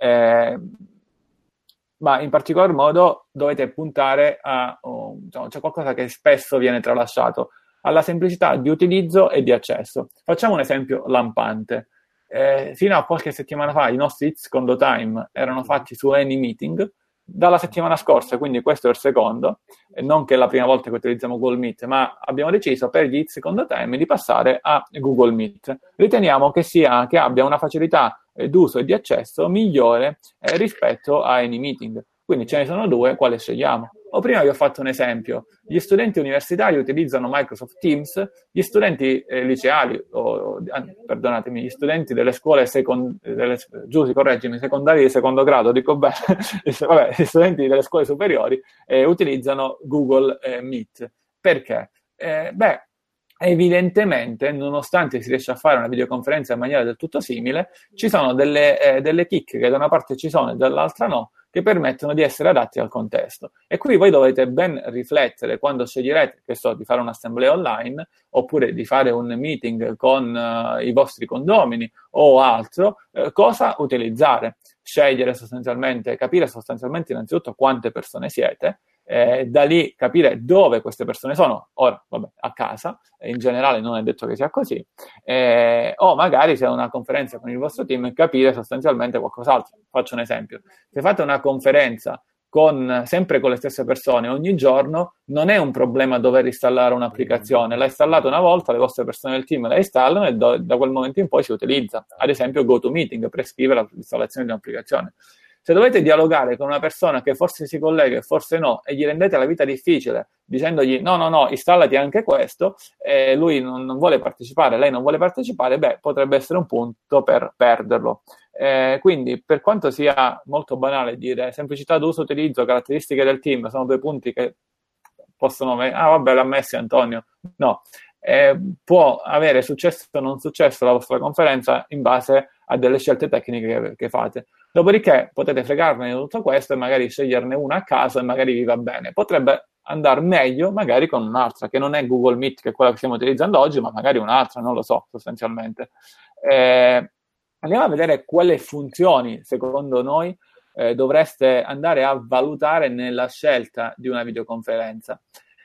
ma in particolar modo dovete puntare diciamo, c'è qualcosa che spesso viene tralasciato, alla semplicità di utilizzo e di accesso. Facciamo un esempio lampante. Fino a qualche settimana fa i nostri hits secondo time erano fatti su AnyMeeting. Dalla settimana scorsa, quindi questo è il secondo, non che è la prima volta che utilizziamo Google Meet, ma abbiamo deciso per gli hits secondo time di passare a Google Meet. Riteniamo che abbia una facilità d'uso e di accesso migliore rispetto a AnyMeeting. Quindi ce ne sono due, quale scegliamo? O prima vi ho fatto un esempio: gli studenti universitari utilizzano Microsoft Teams, gli studenti liceali, perdonatemi, gli studenti delle scuole secondarie di secondo grado, dico bene, vabbè, gli studenti delle scuole superiori utilizzano Google Meet. Perché? Evidentemente, nonostante si riesca a fare una videoconferenza in maniera del tutto simile, ci sono delle chicche che da una parte ci sono e dall'altra no, che permettono di essere adatti al contesto. E qui voi dovete ben riflettere quando sceglierete, di fare un'assemblea online oppure di fare un meeting con i vostri condomini o altro, cosa utilizzare. Capire sostanzialmente innanzitutto quante persone siete, da lì capire dove queste persone sono. Ora, a casa, in generale non è detto che sia così, o magari se è una conferenza con il vostro team, capire sostanzialmente qualcos'altro. Faccio un esempio: se fate una conferenza sempre con le stesse persone ogni giorno, non è un problema dover installare un'applicazione. L'ha installata una volta, le vostre persone del team la installano e da quel momento in poi si utilizza. Ad esempio GoToMeeting prescrive l'installazione di un'applicazione. Se dovete dialogare con una persona che forse si collega e forse no, e gli rendete la vita difficile dicendogli no, installati anche questo, e lui non vuole partecipare, lei non vuole partecipare, potrebbe essere un punto per perderlo. Quindi, per quanto sia molto banale dire semplicità d'uso, utilizzo, caratteristiche del team, sono 2 punti che possono... l'ha messi Antonio. No, può avere successo o non successo la vostra conferenza in base a delle scelte tecniche che fate. Dopodiché potete fregarne di tutto questo e magari sceglierne una a caso e magari vi va bene. Potrebbe andare meglio magari con un'altra, che non è Google Meet, che è quella che stiamo utilizzando oggi, ma magari un'altra, non lo so, sostanzialmente. Andiamo a vedere quali funzioni, secondo noi, dovreste andare a valutare nella scelta di una videoconferenza.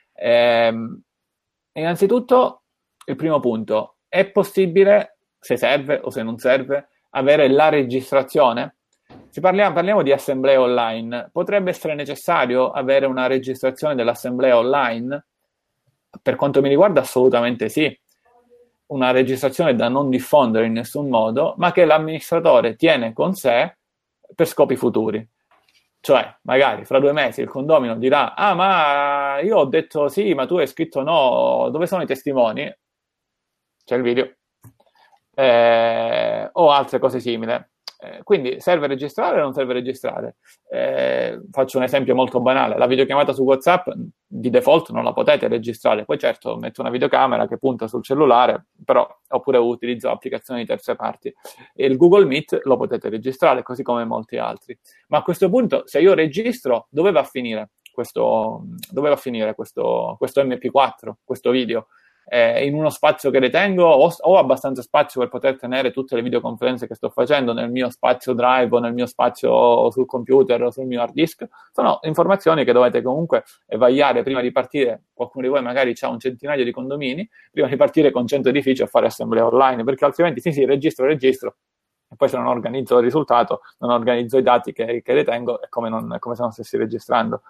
Innanzitutto, il primo punto, è possibile, se serve o se non serve, avere la registrazione? Se parliamo di assemblee online, potrebbe essere necessario avere una registrazione dell'assemblea online? Per quanto mi riguarda, assolutamente sì. Una registrazione da non diffondere in nessun modo, ma che l'amministratore tiene con sé per scopi futuri. Cioè, magari fra 2 mesi il condomino dirà ma io ho detto sì, ma tu hai scritto no, dove sono i testimoni? C'è il video. O altre cose simili. Quindi serve registrare o non serve registrare? Faccio un esempio molto banale: la videochiamata su WhatsApp di default non la potete registrare, poi certo metto una videocamera che punta sul cellulare, però oppure utilizzo applicazioni di terze parti. Il Google Meet lo potete registrare, così come molti altri. Ma a questo punto, se io registro, dove va a finire questo MP4, questo video? In uno spazio che ritengo, ho abbastanza spazio per poter tenere tutte le videoconferenze che sto facendo nel mio spazio Drive o nel mio spazio sul computer o sul mio hard disk? Sono informazioni che dovete comunque vagliare prima di partire. Qualcuno di voi magari ha un centinaio di condomini, prima di partire con 100 edifici a fare assemblea online, perché altrimenti sì, registro, e poi se non organizzo il risultato, non organizzo i dati che ritengo, è come se non stessi registrando.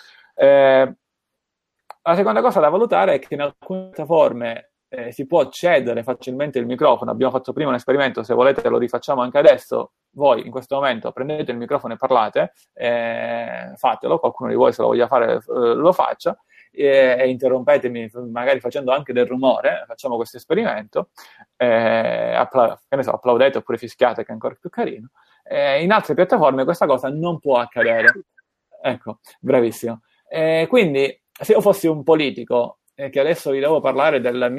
La seconda cosa da valutare è che in alcune piattaforme si può cedere facilmente il microfono. Abbiamo fatto prima un esperimento, se volete lo rifacciamo anche adesso. Voi in questo momento prendete il microfono e parlate, fatelo, qualcuno di voi se lo voglia fare lo faccia, e interrompetemi magari facendo anche del rumore. Facciamo questo esperimento, applaudete oppure fischiate, che è ancora più carino. In altre piattaforme questa cosa non può accadere. Ecco, bravissimo. Quindi, se io fossi un politico che adesso vi devo parlare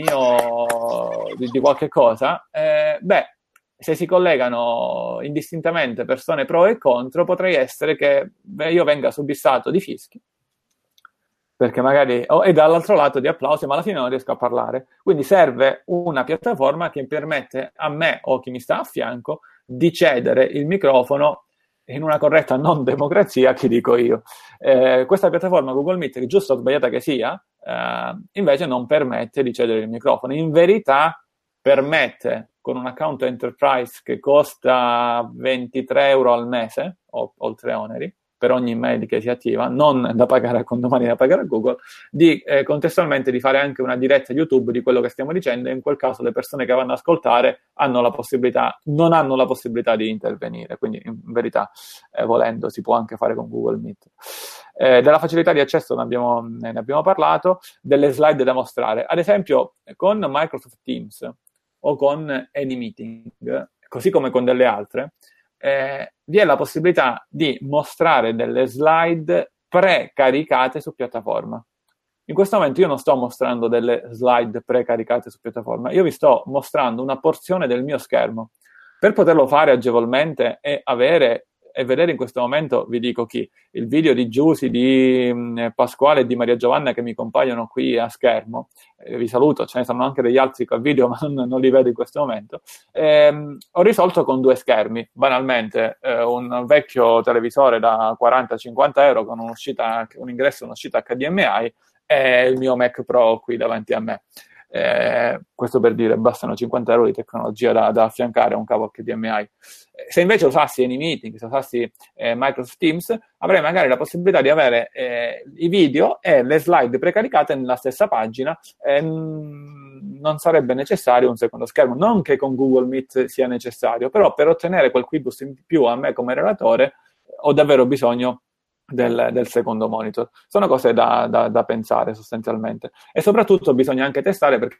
di qualche cosa, se si collegano indistintamente persone pro e contro, potrei essere che io venga subissato di fischi, perché magari e dall'altro lato di applausi, ma alla fine non riesco a parlare. Quindi serve una piattaforma che permette a me o chi mi sta a fianco di cedere il microfono in una corretta non democrazia, che dico io. Questa piattaforma Google Meet, che giusto o sbagliata che sia, invece non permette di cedere il microfono. In verità permette, con un account enterprise che costa 23 euro al mese, oltre oneri, per ogni email che si attiva, non da pagare a condomani, da pagare a Google, contestualmente di fare anche una diretta YouTube di quello che stiamo dicendo, e in quel caso le persone che vanno ad ascoltare non hanno la possibilità di intervenire. Quindi in verità, volendo, si può anche fare con Google Meet. Della facilità di accesso ne abbiamo parlato, delle slide da mostrare. Ad esempio, con Microsoft Teams o con AnyMeeting, così come con delle altre, vi è la possibilità di mostrare delle slide precaricate su piattaforma. In questo momento io non sto mostrando delle slide precaricate su piattaforma, io vi sto mostrando una porzione del mio schermo. Per poterlo fare agevolmente e vedere in questo momento, vi dico chi, il video di Giusy, di Pasquale e di Maria Giovanna che mi compaiono qui a schermo. Vi saluto, ce ne sono anche degli altri qua a video, ma non li vedo in questo momento. Ho risolto con 2 schermi, banalmente, un vecchio televisore da 40-50 euro con un ingresso e un'uscita HDMI, e il mio Mac Pro qui davanti a me. Questo per dire, bastano 50 euro di tecnologia da affiancare a un cavo HDMI. Se invece usassi AnyMeeting, se usassi Microsoft Teams, avrei magari la possibilità di avere i video e le slide precaricate nella stessa pagina, non sarebbe necessario un secondo schermo. Non che con Google Meet sia necessario, però per ottenere quel quibus in più a me come relatore ho davvero bisogno del secondo monitor. Sono cose da pensare sostanzialmente, e soprattutto bisogna anche testare, perché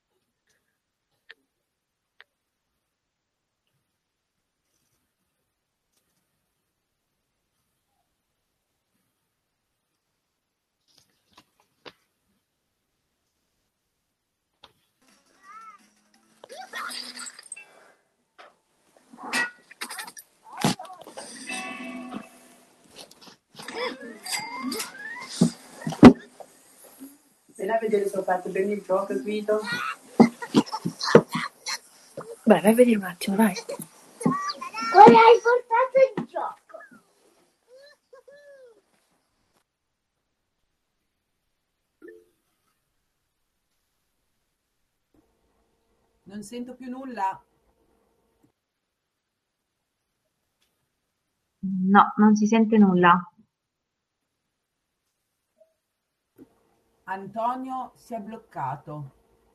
Se la vedere se ho fatto bene il gioco, Guido. Vai a vedere un attimo, dai. Come hai portato il gioco? Non sento più nulla. No, non si sente nulla. Antonio si è bloccato.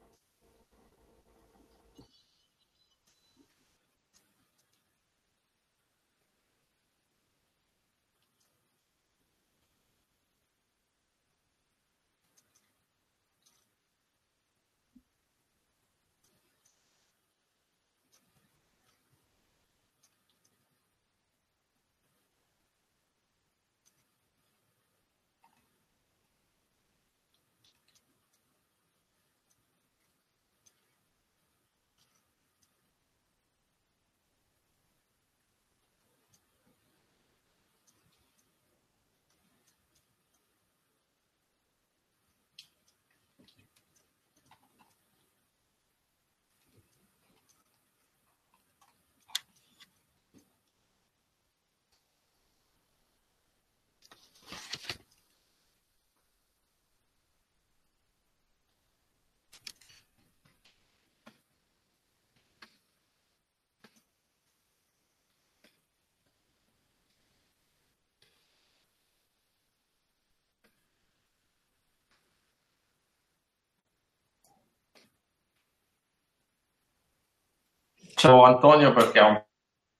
Ciao Antonio, perché ha un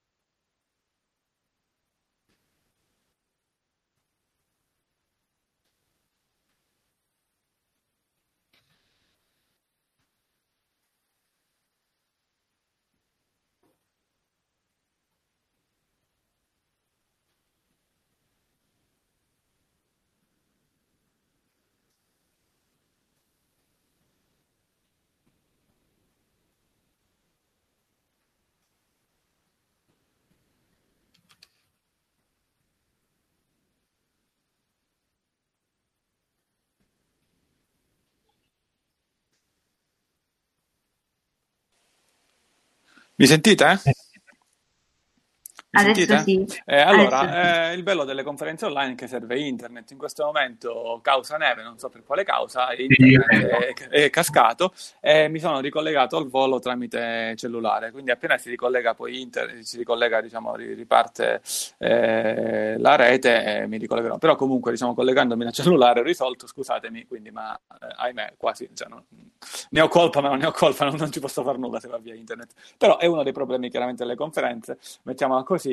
mi sentite? Mi Adesso sentite? sì. Allora, Adesso sì. il bello delle conferenze online è che serve internet. In questo momento, causa neve, non so per quale causa, internet è cascato, e mi sono ricollegato al volo tramite cellulare. Quindi appena si ricollega poi internet, si ricollega, diciamo, riparte la rete, e mi ricollegherò. Però comunque, diciamo, collegandomi al cellulare ho risolto, scusatemi, quindi, ma ahimè, quasi, cioè, ne ho colpa, ma non ne ho colpa, non ci posso fare nulla se va via internet. Però è uno dei problemi chiaramente delle conferenze, mettiamola così.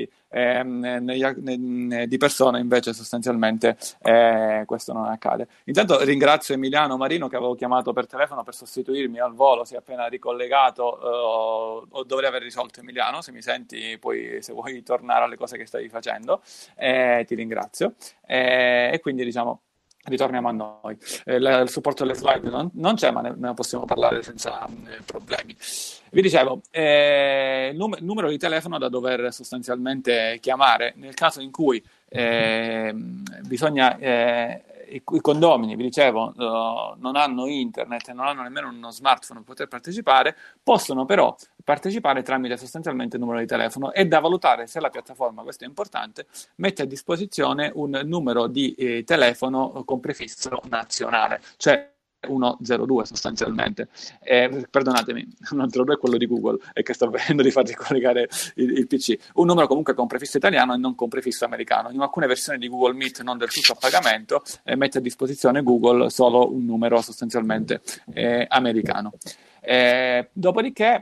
Di persona invece sostanzialmente questo non accade. Intanto ringrazio Emiliano Marino, che avevo chiamato per telefono per sostituirmi al volo, si è appena ricollegato, o dovrei aver risolto. Emiliano, se mi senti, poi se vuoi tornare alle cose che stavi facendo, ti ringrazio, e quindi diciamo ritorniamo a noi. Il supporto alle slide non c'è, ma ne possiamo parlare senza problemi. Vi dicevo, numero di telefono da dover sostanzialmente chiamare nel caso in cui bisogna i condomini, vi dicevo, non hanno internet e non hanno nemmeno uno smartphone per poter partecipare, possono però partecipare tramite sostanzialmente il numero di telefono. È da valutare se la piattaforma, questo è importante, mette a disposizione un numero di telefono con prefisso nazionale, cioè 102 sostanzialmente. Perdonatemi, 102 è quello di Google e che sto vedendo di far ricollegare il PC. Un numero comunque con prefisso italiano e non con prefisso americano. In alcune versioni di Google Meet non del tutto a pagamento mette a disposizione Google solo un numero sostanzialmente americano. Dopodiché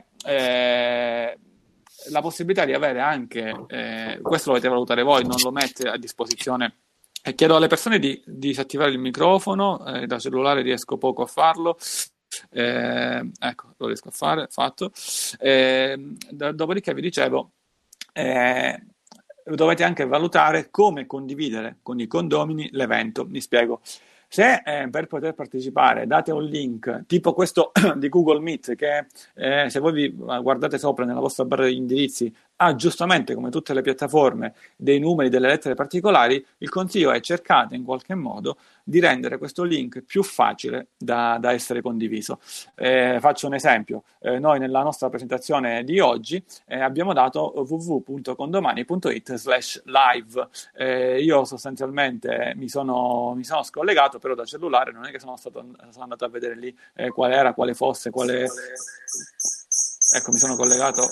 la possibilità di avere anche, questo lo dovete valutare voi, non lo mette a disposizione. E chiedo alle persone di disattivare il microfono, da cellulare riesco poco a farlo. Ecco, lo riesco a fare, fatto. Dopodiché vi dicevo, dovete anche valutare come condividere con i condomini l'evento. Mi spiego. Se per poter partecipare date un link tipo questo di Google Meet che se voi vi guardate sopra nella vostra barra di indirizzi ha giustamente come tutte le piattaforme dei numeri, delle lettere particolari, il consiglio è cercate in qualche modo di rendere questo link più facile da essere condiviso. Faccio un esempio, noi nella nostra presentazione di oggi abbiamo dato www.condomani.it/live. Io sostanzialmente mi sono scollegato, però da cellulare non è che sono andato a vedere lì qual era, quale fosse, quale... Ecco, mi sono collegato...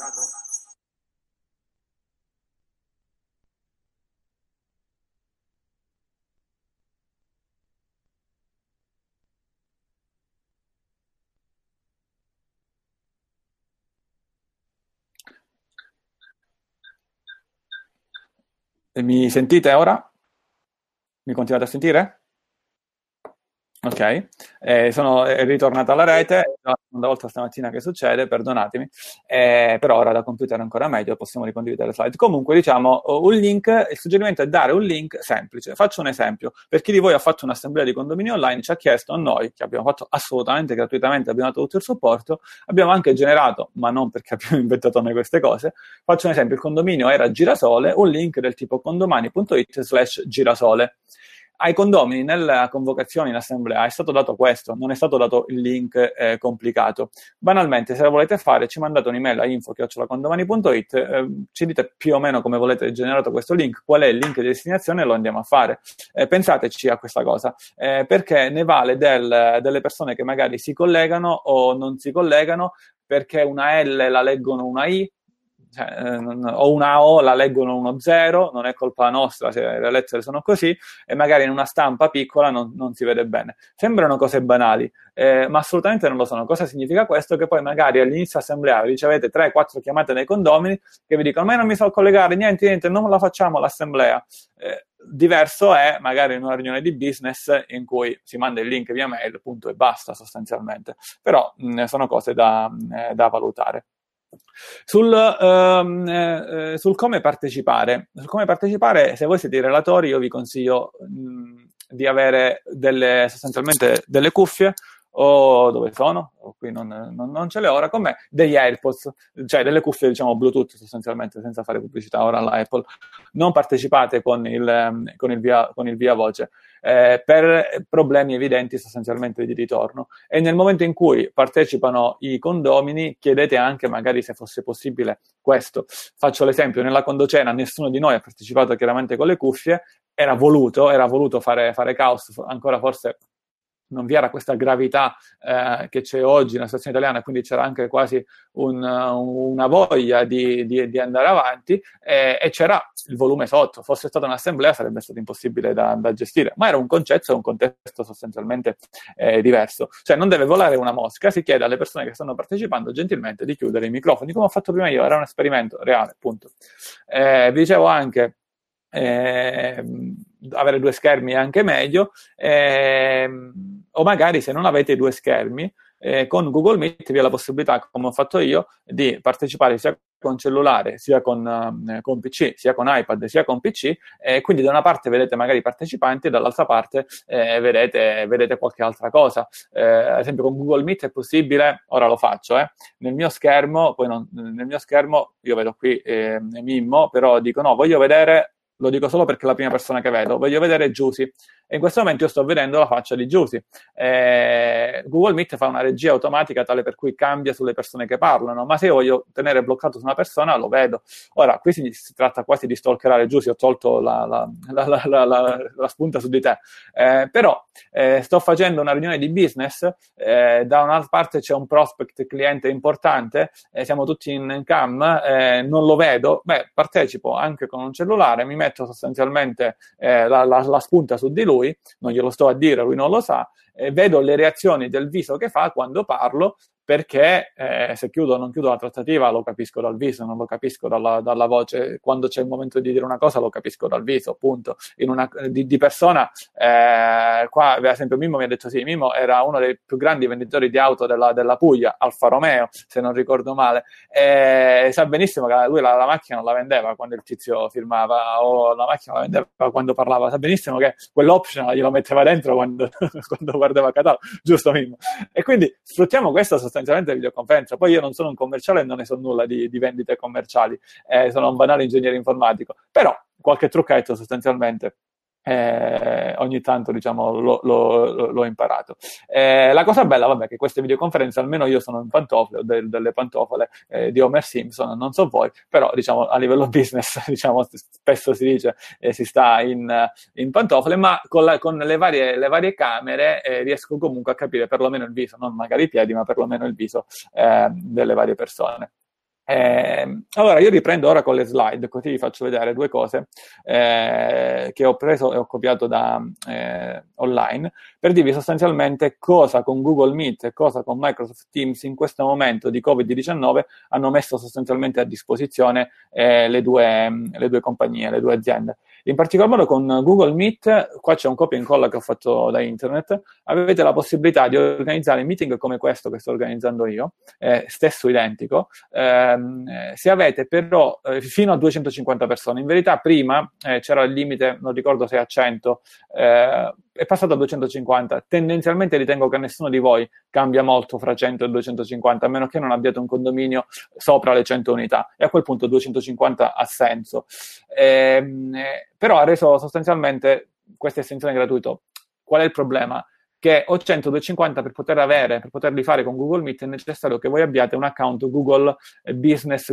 Mi sentite ora? Mi continuate a sentire? Ok, sono ritornata alla rete, è la seconda volta stamattina che succede, perdonatemi, però ora da computer è ancora meglio, possiamo ricondividere le slide. Comunque diciamo un link, il suggerimento è dare un link semplice. Faccio un esempio, per chi di voi ha fatto un'assemblea di condomini online ci ha chiesto a noi, che abbiamo fatto assolutamente gratuitamente, abbiamo dato tutto il supporto, abbiamo anche generato, ma non perché abbiamo inventato noi queste cose, faccio un esempio, il condominio era Girasole, un link del tipo condomani.it/girasole. Ai condomini nella convocazione in assemblea è stato dato questo, non è stato dato il link complicato. Banalmente, se lo volete fare, ci mandate un'email a info@condomani.it, ci dite più o meno come volete generato questo link, qual è il link di destinazione e lo andiamo a fare. Pensateci a questa cosa, perché ne vale delle persone che magari si collegano o non si collegano, perché una L la leggono una I, o una O la leggono uno 0, non è colpa nostra se le lettere sono così, e magari in una stampa piccola non si vede bene. Sembrano cose banali, ma assolutamente non lo sono. Cosa significa questo? Che poi magari all'inizio assemblea ricevete 3-4 chiamate nei condomini che vi dicono: ma io non mi so collegare, niente, non la facciamo l'assemblea. Diverso è magari in una riunione di business in cui si manda il link via mail, punto e basta sostanzialmente. Però sono cose da valutare. Sul come partecipare, se voi siete i relatori, io vi consiglio di avere sostanzialmente delle cuffie, o dove sono? Qui non ce le ho ora con me, degli AirPods, cioè delle cuffie diciamo Bluetooth sostanzialmente, senza fare pubblicità ora alla Apple. Non partecipate con il via voce per problemi evidenti sostanzialmente di ritorno, e nel momento in cui partecipano i condomini chiedete anche magari se fosse possibile questo. Faccio l'esempio, nella condocena nessuno di noi ha partecipato chiaramente con le cuffie, era voluto fare caos, ancora forse non vi era questa gravità che c'è oggi nella situazione italiana, quindi c'era anche quasi una voglia di andare avanti, e c'era il volume sotto. Fosse stata un'assemblea sarebbe stato impossibile da gestire, ma era un concetto e un contesto sostanzialmente diverso. Cioè non deve volare una mosca, si chiede alle persone che stanno partecipando gentilmente di chiudere i microfoni, come ho fatto prima io, era un esperimento reale, appunto. Vi dicevo anche avere 2 schermi è anche meglio, o magari se non avete 2 schermi, con Google Meet vi è la possibilità, come ho fatto io, di partecipare sia con cellulare, sia con PC, sia con iPad, sia con PC, e quindi da una parte vedete magari i partecipanti e dall'altra parte vedete qualche altra cosa. Ad esempio con Google Meet è possibile, ora lo faccio, nel mio schermo io vedo qui Mimmo, però dico no, voglio vedere, lo dico solo perché è la prima persona che vedo, voglio vedere Giusy. E in questo momento io sto vedendo la faccia di Giusy. Google Meet fa una regia automatica tale per cui cambia sulle persone che parlano, ma se io voglio tenere bloccato su una persona lo vedo. Ora, qui si tratta quasi di stalkerare Giusy, ho tolto la spunta su di te, però sto facendo una riunione di business, da un'altra parte c'è un prospect cliente importante, siamo tutti in cam, non lo vedo, partecipo anche con un cellulare, mi metto sostanzialmente la spunta su di lui, non glielo sto a dire, lui non lo sa, vedo le reazioni del viso che fa quando parlo, perché se chiudo o non chiudo la trattativa lo capisco dal viso, non lo capisco dalla voce. Quando c'è il momento di dire una cosa lo capisco dal viso, appunto. Di persona, qua per esempio Mimmo mi ha detto sì, Mimmo era uno dei più grandi venditori di auto della Puglia, Alfa Romeo, se non ricordo male, sa benissimo che lui la macchina non la vendeva quando il tizio firmava, o la macchina la vendeva quando parlava, sa benissimo che quell'optional glielo metteva dentro quando guardava catalogo, giusto Mimmo? E quindi sfruttiamo questa sostanzialmente videoconferenza. Poi io non sono un commerciale e non ne so nulla di vendite commerciali, sono un banale ingegnere informatico, però qualche trucchetto sostanzialmente ogni tanto diciamo l'ho imparato. La cosa bella, vabbè, che queste videoconferenze almeno io sono in pantofole, ho delle pantofole di Homer Simpson, non so voi, però diciamo a livello business diciamo spesso si dice si sta in pantofole, ma con le varie camere riesco comunque a capire perlomeno il viso, non magari i piedi, ma perlomeno il viso delle varie persone. Allora io riprendo ora con le slide, così vi faccio vedere due cose che ho preso e ho copiato da online, per dirvi sostanzialmente cosa con Google Meet e cosa con Microsoft Teams in questo momento di Covid-19 hanno messo sostanzialmente a disposizione le due compagnie, le due aziende. In particolar modo con Google Meet, qua c'è un copia e incolla che ho fatto da internet, avete la possibilità di organizzare meeting come questo che sto organizzando io, stesso identico, se avete però fino a 250 persone. In verità prima c'era il limite, non ricordo se a 100, è passato a 250. Tendenzialmente ritengo che nessuno di voi cambia molto fra 100 e 250, a meno che non abbiate un condominio sopra le 100 unità, e a quel punto 250 ha senso. Però ha reso sostanzialmente questa estensione gratuita. Qual è il problema? Che ho 100, 250 per poterli fare con Google Meet è necessario che voi abbiate un account Google Business,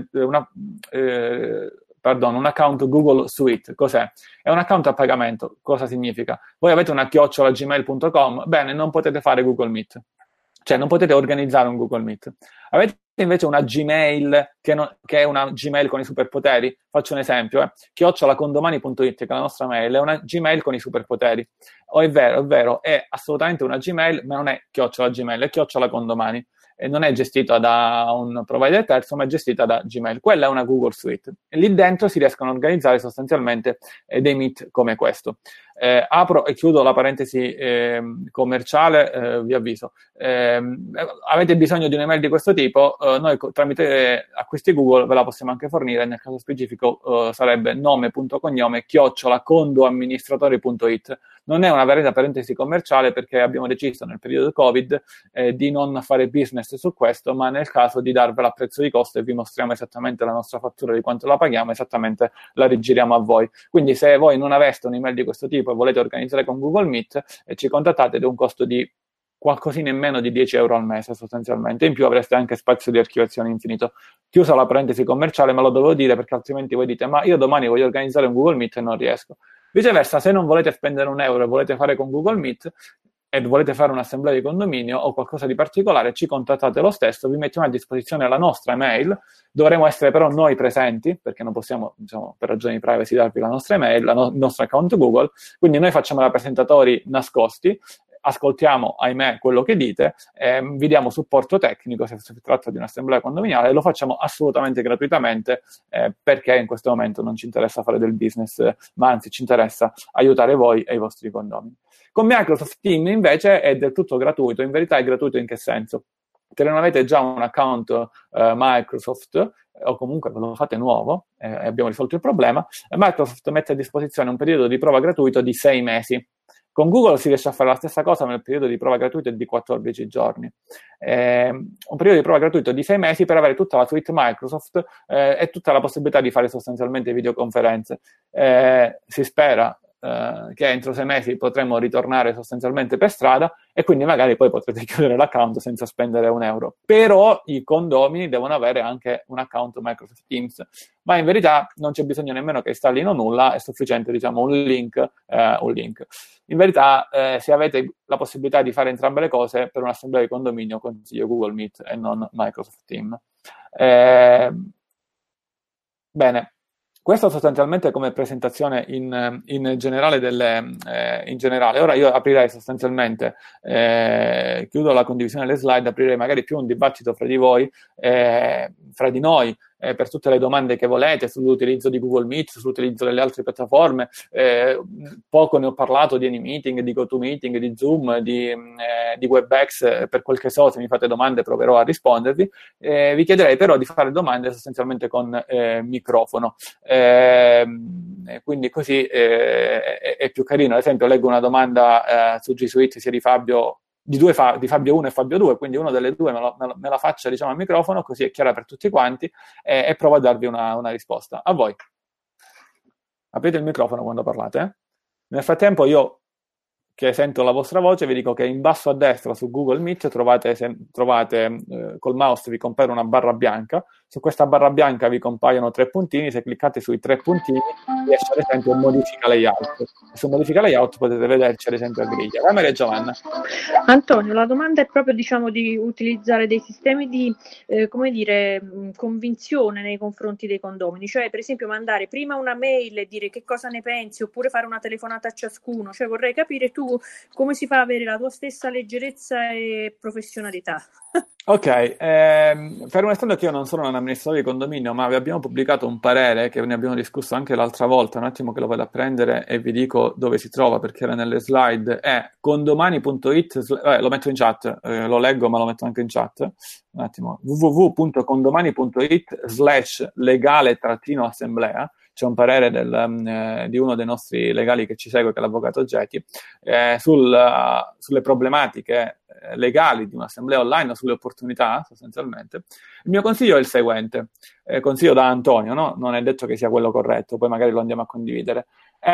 un account Google Suite. Cos'è? È un account a pagamento. Cosa significa? Voi avete una @gmail.com, bene, non potete fare Google Meet. Cioè non potete organizzare un Google Meet. Avete invece una Gmail che è una Gmail con i superpoteri? Faccio un esempio, @condomani.it, che è la nostra mail, è una Gmail con i superpoteri. È vero, è assolutamente una Gmail, ma non è @Gmail, è @condomani. E non è gestita da un provider terzo, ma è gestita da Gmail. Quella è una Google Suite. E lì dentro si riescono a organizzare sostanzialmente dei meet come questo. Apro e chiudo la parentesi commerciale, vi avviso. Avete bisogno di un'email di questo tipo? Noi tramite acquisti Google ve la possiamo anche fornire, nel caso specifico sarebbe nome.cognome @condoamministratori.it. Non è una vera parentesi commerciale, perché abbiamo deciso nel periodo Covid di non fare business su questo, ma nel caso di darvela a prezzo di costo e vi mostriamo esattamente la nostra fattura di quanto la paghiamo, esattamente la rigiriamo a voi. Quindi se voi non aveste un'email di questo tipo e volete organizzare con Google Meet, ci contattate, ed è un costo di qualcosina in meno di 10 euro al mese sostanzialmente. In più avreste anche spazio di archiviazione infinito. Chiusa la parentesi commerciale, ma lo dovevo dire perché altrimenti voi dite: ma io domani voglio organizzare un Google Meet e non riesco. Viceversa, se non volete spendere un euro e volete fare con Google Meet e volete fare un'assemblea di condominio o qualcosa di particolare, ci contattate lo stesso, vi mettiamo a disposizione la nostra email. Dovremo essere però noi presenti, perché non possiamo, diciamo, per ragioni di privacy darvi la nostra email, il nostro account Google, quindi noi facciamo da presentatori nascosti, ascoltiamo, ahimè, quello che dite, vi diamo supporto tecnico se si tratta di un'assemblea condominiale, e lo facciamo assolutamente gratuitamente, perché in questo momento non ci interessa fare del business, ma anzi ci interessa aiutare voi e i vostri condomini. Con Microsoft Teams invece è del tutto gratuito. In verità è gratuito in che senso? Se non avete già un account Microsoft, o comunque ve lo fate nuovo, e abbiamo risolto il problema, Microsoft mette a disposizione un periodo di prova gratuito di 6 mesi. Con Google si riesce a fare la stessa cosa, ma il periodo di prova gratuito è di 14 giorni. Un periodo di prova gratuito di 6 mesi per avere tutta la suite Microsoft e tutta la possibilità di fare sostanzialmente videoconferenze. Si spera che entro 6 mesi potremo ritornare sostanzialmente per strada e quindi magari poi potrete chiudere l'account senza spendere €1. Però i condomini devono avere anche un account Microsoft Teams, ma in verità non c'è bisogno nemmeno che installino nulla, è sufficiente diciamo un link. In verità se avete la possibilità di fare entrambe le cose per un'assemblea di condominio consiglio Google Meet e non Microsoft Teams. Bene. Questo sostanzialmente come presentazione in generale in generale. Ora io aprirei sostanzialmente, chiudo la condivisione delle slide, aprirei magari più un dibattito fra di voi, fra di noi, per tutte le domande che volete sull'utilizzo di Google Meet, sull'utilizzo delle altre piattaforme. Poco ne ho parlato di AnyMeeting, di GoToMeeting, di Zoom, di WebEx. Per quel che so, se mi fate domande proverò a rispondervi. Vi chiederei però di fare domande sostanzialmente con microfono. Quindi così è più carino. Ad esempio leggo una domanda su G Suite sia di Fabio di Fabio 1 e Fabio 2, quindi uno delle due me la faccia diciamo al microfono, così è chiara per tutti quanti, e provo a darvi una risposta. A voi. Aprite il microfono quando parlate. Nel frattempo io, che sento la vostra voce, vi dico che in basso a destra su Google Meet trovate col mouse vi compare una barra bianca. Su questa barra bianca vi compaiono 3 puntini. Se cliccate sui 3 puntini vi esce ad esempio modifica layout. E su modifica layout potete vederci ad esempio a griglia. Vai Maria Giovanna. Antonio, la domanda è proprio diciamo di utilizzare dei sistemi di convinzione nei confronti dei condomini, cioè per esempio mandare prima una mail e dire che cosa ne pensi, oppure fare una telefonata a ciascuno. Cioè vorrei capire tu come si fa ad avere la tua stessa leggerezza e professionalità. Ok, fermo restando che io non sono un amministratore di condominio, ma vi abbiamo pubblicato un parere che ne abbiamo discusso anche l'altra volta, un attimo che lo vado a prendere e vi dico dove si trova perché era nelle slide, è condomani.it, lo metto in chat, lo leggo ma lo metto anche in chat, un attimo, www.condomani.it/legale-assemblea. C'è un parere di uno dei nostri legali che ci segue, che è l'avvocato Geti, sulle problematiche legali di un'assemblea online o sulle opportunità, sostanzialmente. Il mio consiglio è il seguente, consiglio da Antonio, no? Non è detto che sia quello corretto, poi magari lo andiamo a condividere.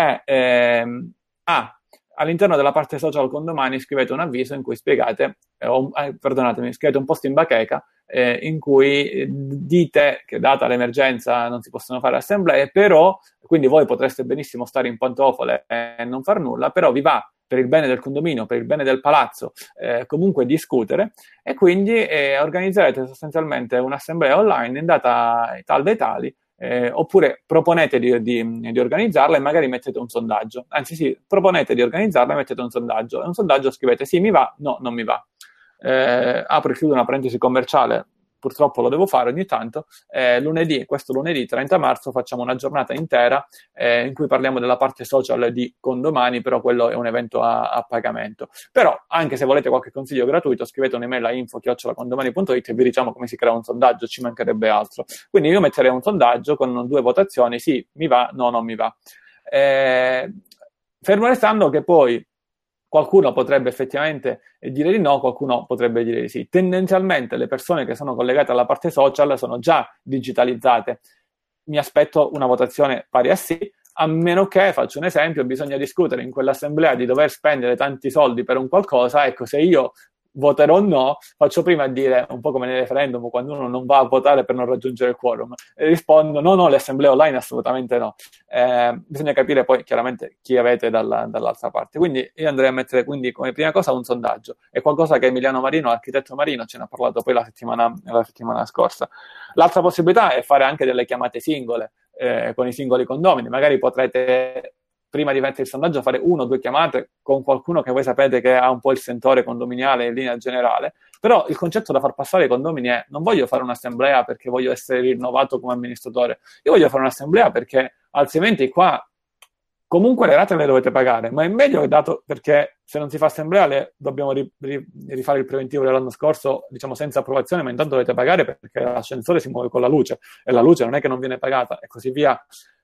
All'interno della parte social condomani scrivete un avviso in cui spiegate, scrivete un post in bacheca in cui dite che data l'emergenza non si possono fare assemblee, però, quindi voi potreste benissimo stare in pantofole e non far nulla, però vi va per il bene del condominio, per il bene del palazzo, comunque discutere, e quindi organizzerete sostanzialmente un'assemblea online in data tal dei tali, oppure proponete di organizzarla e magari mettete un sondaggio. Anzi sì, proponete di organizzarla e mettete un sondaggio. E un sondaggio scrivete sì, mi va, no, non mi va. Apro e chiudo una parentesi commerciale, purtroppo lo devo fare ogni tanto. Questo lunedì 30 marzo facciamo una giornata intera in cui parliamo della parte social di Condomani, però quello è un evento a pagamento. Però anche se volete qualche consiglio gratuito, scrivete un'email a info@condomani.it e vi diciamo come si crea un sondaggio, ci mancherebbe altro. Quindi io metterei un sondaggio con 2 votazioni, sì, mi va, no, non mi va. Fermo restando che poi qualcuno potrebbe effettivamente dire di no, qualcuno potrebbe dire di sì. Tendenzialmente le persone che sono collegate alla parte social sono già digitalizzate. Mi aspetto una votazione pari a sì, a meno che, faccio un esempio, bisogna discutere in quell'assemblea di dover spendere tanti soldi per un qualcosa. Ecco, se io voterò no, faccio prima a dire, un po' come nel referendum, quando uno non va a votare per non raggiungere il quorum, e rispondo no, le assemblee online assolutamente no. Bisogna capire poi chiaramente chi avete dall'altra parte. Quindi io andrei a mettere quindi come prima cosa un sondaggio, è qualcosa che Emiliano Marino, architetto Marino, ce ne ha parlato poi la settimana scorsa. L'altra possibilità è fare anche delle chiamate singole con i singoli condomini. Magari potrete, prima di mettere il sondaggio, fare 1 o 2 chiamate con qualcuno che voi sapete che ha un po' il sentore condominiale in linea generale, però il concetto da far passare ai condomini è: non voglio fare un'assemblea perché voglio essere rinnovato come amministratore, io voglio fare un'assemblea perché altrimenti qua comunque le rate le dovete pagare, ma è meglio dato perché se non si fa assemblea dobbiamo rifare il preventivo dell'anno scorso, diciamo senza approvazione, ma intanto dovete pagare perché l'ascensore si muove con la luce e la luce non è che non viene pagata e così via.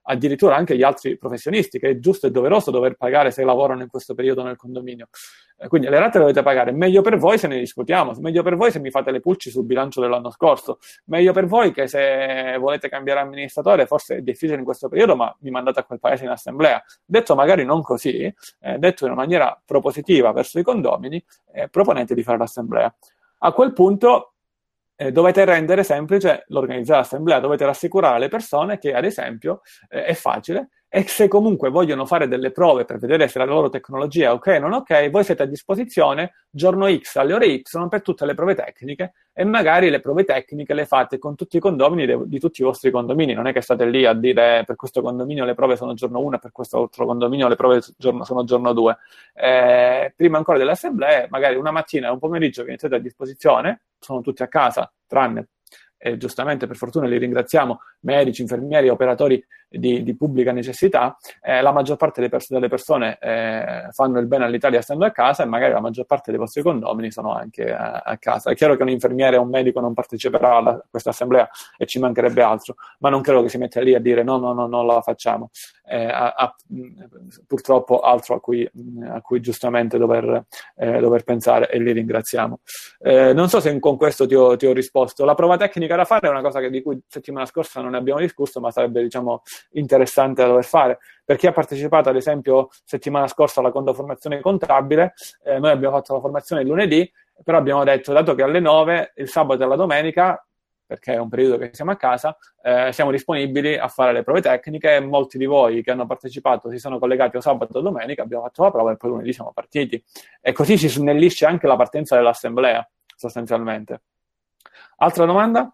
addirittura anche gli altri professionisti, che è giusto e doveroso dover pagare se lavorano in questo periodo nel condominio. Quindi le rate le dovete pagare, meglio per voi se ne discutiamo, meglio per voi se mi fate le pulci sul bilancio dell'anno scorso, meglio per voi che se volete cambiare amministratore, forse è difficile in questo periodo, ma mi mandate a quel paese in assemblea. Detto magari non così, detto in una maniera propositiva verso i condomini, proponete di fare l'assemblea. A quel punto dovete rendere semplice l'organizzare l'assemblea, dovete rassicurare le persone che, ad esempio, è facile, e se comunque vogliono fare delle prove per vedere se la loro tecnologia è ok o non ok, voi siete a disposizione giorno X alle ore Y per tutte le prove tecniche, e magari le prove tecniche le fate con tutti i condomini di tutti i vostri condomini. Non è che state lì a dire per questo condominio le prove sono giorno 1 e per questo altro condominio le prove sono giorno 2. Prima ancora delle assemblee, magari una mattina e un pomeriggio che siete a disposizione, sono tutti a casa, tranne, e giustamente per fortuna li ringraziamo, medici, infermieri, operatori di pubblica necessità. La maggior parte delle persone fanno il bene all'Italia stando a casa, e magari la maggior parte dei vostri condomini sono anche a casa. È chiaro che un infermiere o un medico non parteciperà a questa assemblea, e ci mancherebbe altro, ma non credo che si metta lì a dire no, non la facciamo. Purtroppo altro a cui giustamente dover pensare, e li ringraziamo. Non so se con questo ti ho risposto. La prova tecnica da fare è una cosa di cui settimana scorsa non ne abbiamo discusso, ma sarebbe, diciamo, interessante da dover fare. Per chi ha partecipato, ad esempio, settimana scorsa alla condoformazione contabile, noi abbiamo fatto la formazione il lunedì, però abbiamo detto, dato che alle 9, il sabato e la domenica, perché è un periodo che siamo a casa, siamo disponibili a fare le prove tecniche. Molti di voi che hanno partecipato si sono collegati o sabato o domenica, abbiamo fatto la prova e poi lunedì siamo partiti. E così si snellisce anche la partenza dell'assemblea, sostanzialmente. Altra domanda?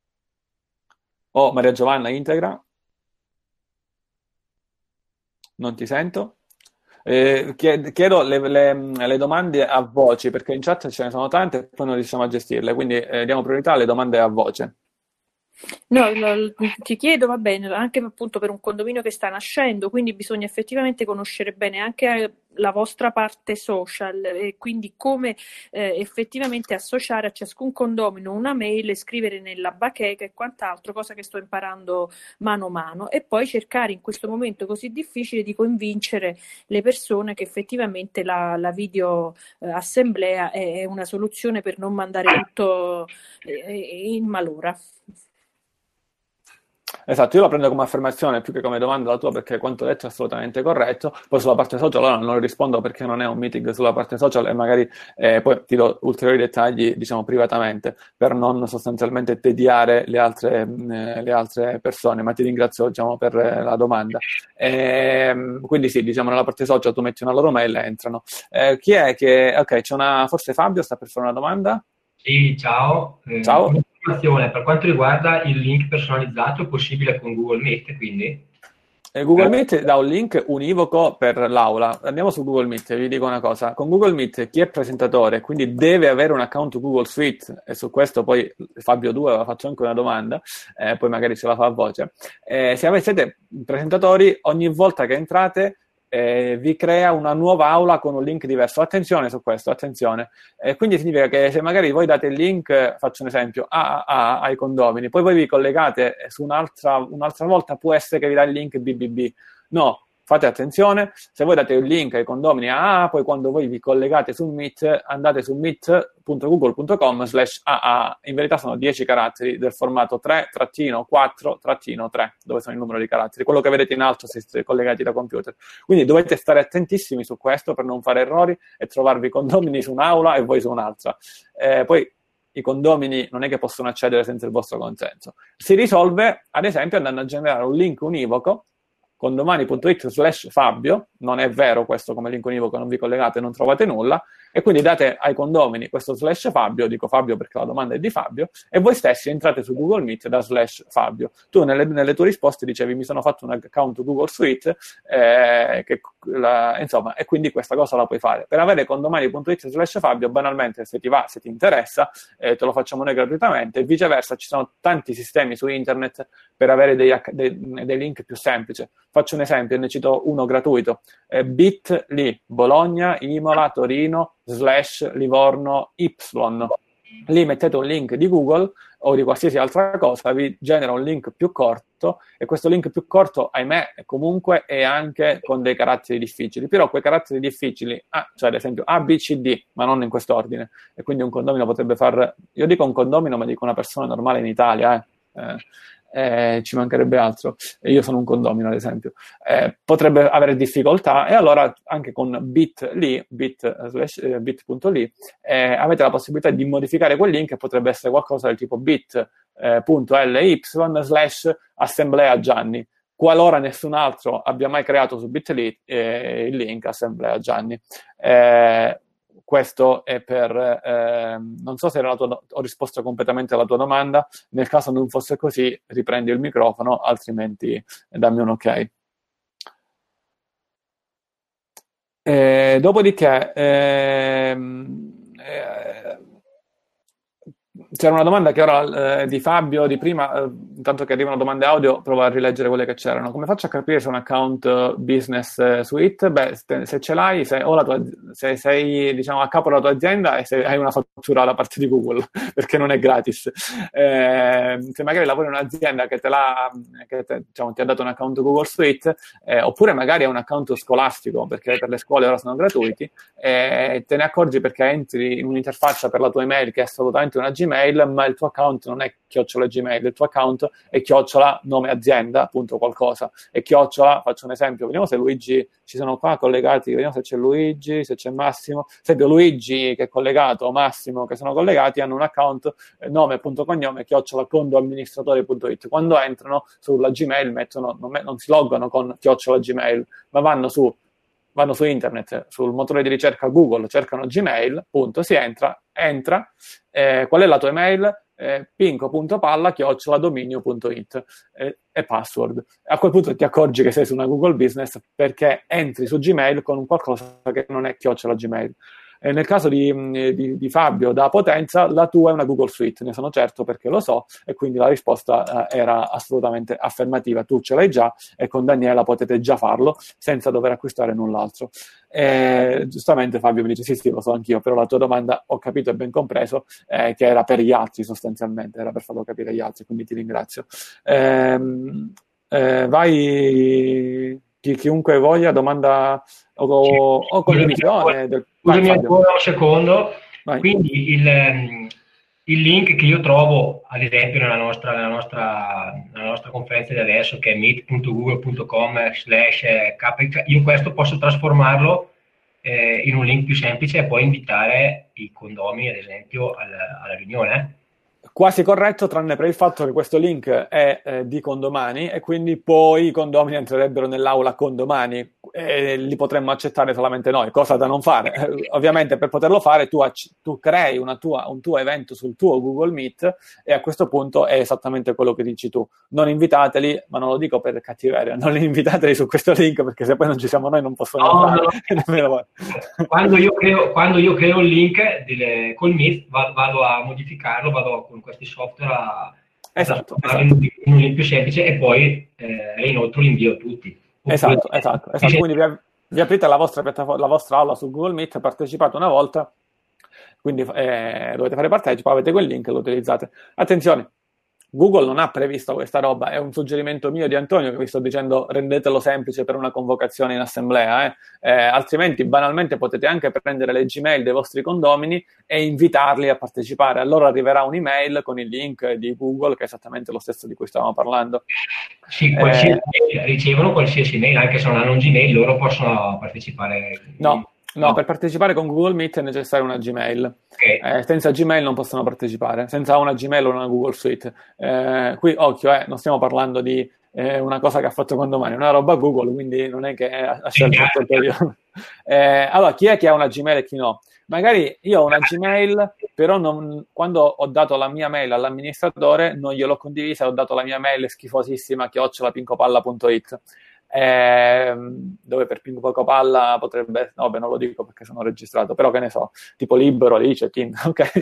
Maria Giovanna integra? Non ti sento? Chiedo le domande a voce, perché in chat ce ne sono tante e poi non riusciamo a gestirle, quindi diamo priorità alle domande a voce. No, ti chiedo, va bene, anche appunto per un condominio che sta nascendo, quindi bisogna effettivamente conoscere bene anche la vostra parte social, e quindi come effettivamente associare a ciascun condomino una mail e scrivere nella bacheca e quant'altro, cosa che sto imparando mano a mano, e poi cercare in questo momento così difficile di convincere le persone che effettivamente la video assemblea è una soluzione per non mandare tutto in malora. Esatto, io la prendo come affermazione più che come domanda la tua, perché quanto detto è assolutamente corretto. Poi sulla parte social allora non rispondo, perché non è un meeting sulla parte social, e magari poi ti do ulteriori dettagli, diciamo, privatamente, per non sostanzialmente tediare le altre persone, ma ti ringrazio, diciamo, per la domanda. Quindi sì, diciamo, nella parte social tu metti una loro mail e entrano. Chi è che... Ok, forse Fabio sta per fare una domanda? Sì, ciao. Ciao. Per quanto riguarda il link personalizzato, è possibile con Google Meet, quindi? Google Meet dà un link univoco per l'aula. Andiamo su Google Meet, vi dico una cosa. Con Google Meet chi è presentatore, quindi deve avere un account Google Suite, e su questo poi Fabio 2 aveva fatto anche una domanda, poi magari ce la fa a voce. Se siete presentatori, ogni volta che entrate vi crea una nuova aula con un link diverso. Attenzione su questo, attenzione. Quindi significa che se magari voi date il link, faccio un esempio, ai condomini, poi voi vi collegate su un'altra volta, può essere che vi dà il link BBB. No, fate attenzione, se voi date il link ai condomini poi quando voi vi collegate su Meet, andate su meet.google.com/AA. In verità sono 10 caratteri del formato 3-4-3, dove sono il numero di caratteri, quello che vedete in alto se siete collegati da computer. Quindi dovete stare attentissimi su questo per non fare errori e trovarvi i condomini su un'aula e voi su un'altra. Poi i condomini non è che possono accedere senza il vostro consenso. Si risolve, ad esempio, andando a generare un link univoco, condomani.it/Fabio, non è vero questo come link univoco, non vi collegate, non trovate nulla, e quindi date ai condomini questo /Fabio, dico Fabio perché la domanda è di Fabio, e voi stessi entrate su Google Meet da /Fabio. Tu nelle tue risposte dicevi mi sono fatto un account Google Suite, insomma, e quindi questa cosa la puoi fare. Per avere condomani.it/Fabio, banalmente, se ti va, se ti interessa, te lo facciamo noi gratuitamente, e viceversa ci sono tanti sistemi su internet per avere dei link più semplici. Faccio un esempio, ne cito uno gratuito, bit.ly, Bologna, Imola, Torino, /Livorno, Y. lì mettete un link di Google o di qualsiasi altra cosa, vi genera un link più corto, e questo link più corto, ahimè, comunque è anche con dei caratteri difficili, però quei caratteri difficili, cioè ad esempio A, B, C, D, ma non in quest'ordine, e quindi un condomino potrebbe far, io dico un condomino, ma dico una persona normale in Italia, ci mancherebbe altro, e io sono un condomino ad esempio, potrebbe avere difficoltà, e allora anche con bit.ly avete la possibilità di modificare quel link, e potrebbe essere qualcosa del tipo bit.ly/assemblea Gianni, qualora nessun altro abbia mai creato su bit.ly il link assemblea Gianni. Questo è per, non so se era ho risposto completamente alla tua domanda, nel caso non fosse così riprendi il microfono, altrimenti dammi un ok. Dopodiché c'era una domanda che ora di Fabio di prima, intanto che arrivano domande audio, provo a rileggere quelle che c'erano. Come faccio a capire se un account business suite? Beh, se ce l'hai, se sei diciamo a capo della tua azienda e se hai una fattura da parte di Google, perché non è gratis. Se magari lavori in un'azienda che diciamo, ti ha dato un account Google Suite, oppure magari è un account scolastico, perché per le scuole ora sono gratuiti, te ne accorgi perché entri in un'interfaccia per la tua email che è assolutamente una Gmail, ma il tuo account non è @Gmail, il tuo account è @ azienda, punto qualcosa, e faccio un esempio, vediamo se Luigi, ci sono qua collegati, vediamo se c'è Luigi, se c'è Massimo, esempio Luigi che è collegato, Massimo che sono collegati, hanno un account nome.cognome @condoamministratore.it, quando entrano sulla Gmail non si loggano con @Gmail, ma vanno su internet, sul motore di ricerca Google, cercano Gmail, punto, si entra, qual è la tua email? pinco.palla@dominio.it e password. A quel punto ti accorgi che sei su una Google Business perché entri su Gmail con un qualcosa che non è @Gmail. Nel caso di Fabio da Potenza, la tua è una Google Suite, ne sono certo perché lo so, e quindi la risposta era assolutamente affermativa. Tu ce l'hai già e con Daniela potete già farlo senza dover acquistare null'altro. Giustamente Fabio mi dice sì, lo so anch'io, però la tua domanda ho capito e ben compreso che era per gli altri sostanzialmente, era per farlo capire agli altri, quindi ti ringrazio. Vai, chiunque voglia, domanda o condivisione. Scusami ancora un secondo. Vai. Quindi il link che io trovo, ad esempio, nella nostra conferenza di adesso, che è meet.google.com/kpk, io questo posso trasformarlo in un link più semplice e poi invitare i condomini, ad esempio, alla riunione? Quasi corretto, tranne per il fatto che questo link è di condomani, e quindi poi i condomini entrerebbero nell'aula condomani e li potremmo accettare solamente noi, cosa da non fare. Ovviamente per poterlo fare tu crei un tuo evento sul tuo Google Meet, e a questo punto è esattamente quello che dici tu. Non invitateli, ma non lo dico per cattiveria, non li invitateli su questo link, perché se poi non ci siamo noi non possono fare. No. Quando io creo il link col Meet, vado a modificarlo, vado con questi software esatto. in un link più semplice, e poi inoltre l'invio a tutti. Esatto. Quindi vi aprite la vostra aula su Google Meet, partecipate una volta, quindi dovete fare partecipa, avete quel link e lo utilizzate. Attenzione, Google non ha previsto questa roba, è un suggerimento mio di Antonio che vi sto dicendo, rendetelo semplice per una convocazione in assemblea, altrimenti banalmente potete anche prendere le Gmail dei vostri condomini e invitarli a partecipare. Allora arriverà un'email con il link di Google che è esattamente lo stesso di cui stavamo parlando. Sì, ricevono qualsiasi mail, anche se non hanno un Gmail, loro possono partecipare. No, per partecipare con Google Meet è necessaria una Gmail. Okay. Senza Gmail non possono partecipare, senza una Gmail o una Google Suite. Qui, occhio, non stiamo parlando di una cosa che ha fatto Condomani, è una roba Google, quindi non è che ha scelto io. Allora, chi è che ha una Gmail e chi no? Magari io ho una Gmail, però quando ho dato la mia mail all'amministratore non gliel'ho condivisa, ho dato la mia mail schifosissima @pincopalla.it. Dove per Pinco Palla potrebbe, no, beh, non lo dico perché sono registrato, però che ne so, tipo Libero, Alice, Tim, ok?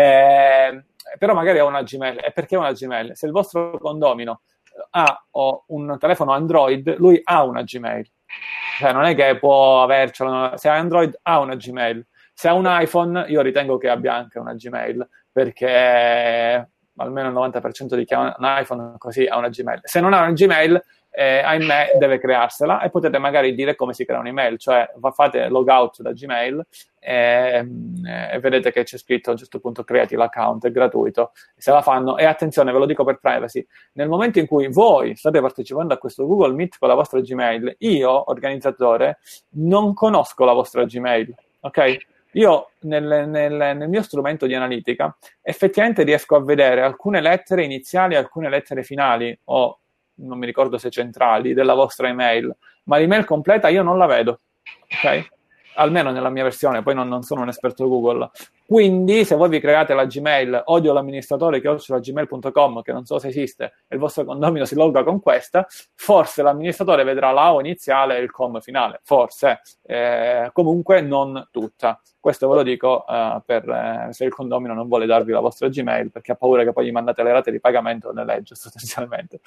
Però magari ho una Gmail. E perché una Gmail? Se il vostro condomino ha un telefono Android, lui ha una Gmail, cioè non è che può avercela, se ha Android ha una Gmail. Se ha un iPhone, io ritengo che abbia anche una Gmail, perché almeno il 90% di chi ha un iPhone così ha una Gmail. Se non ha una Gmail, ahimè, deve crearsela, e potete magari dire come si crea un'email, cioè fate logout da Gmail e vedete che c'è scritto a un certo punto creati l'account, è gratuito, se la fanno. E attenzione, ve lo dico per privacy, nel momento in cui voi state partecipando a questo Google Meet con la vostra Gmail, io, organizzatore, non conosco la vostra Gmail, ok? Io nel mio strumento di analitica effettivamente riesco a vedere alcune lettere iniziali e alcune lettere finali, o non mi ricordo se centrali, della vostra email, ma l'email completa io non la vedo, ok? Almeno nella mia versione, poi non sono un esperto Google. Quindi se voi vi create la Gmail, odio l'amministratore @gmail.com, che non so se esiste, e il vostro condomino si logga con questa, forse l'amministratore vedrà la O iniziale e il com finale, forse, comunque non tutta. Questo ve lo dico se il condomino non vuole darvi la vostra Gmail, perché ha paura che poi gli mandate le rate di pagamento nelle leggi, sostanzialmente.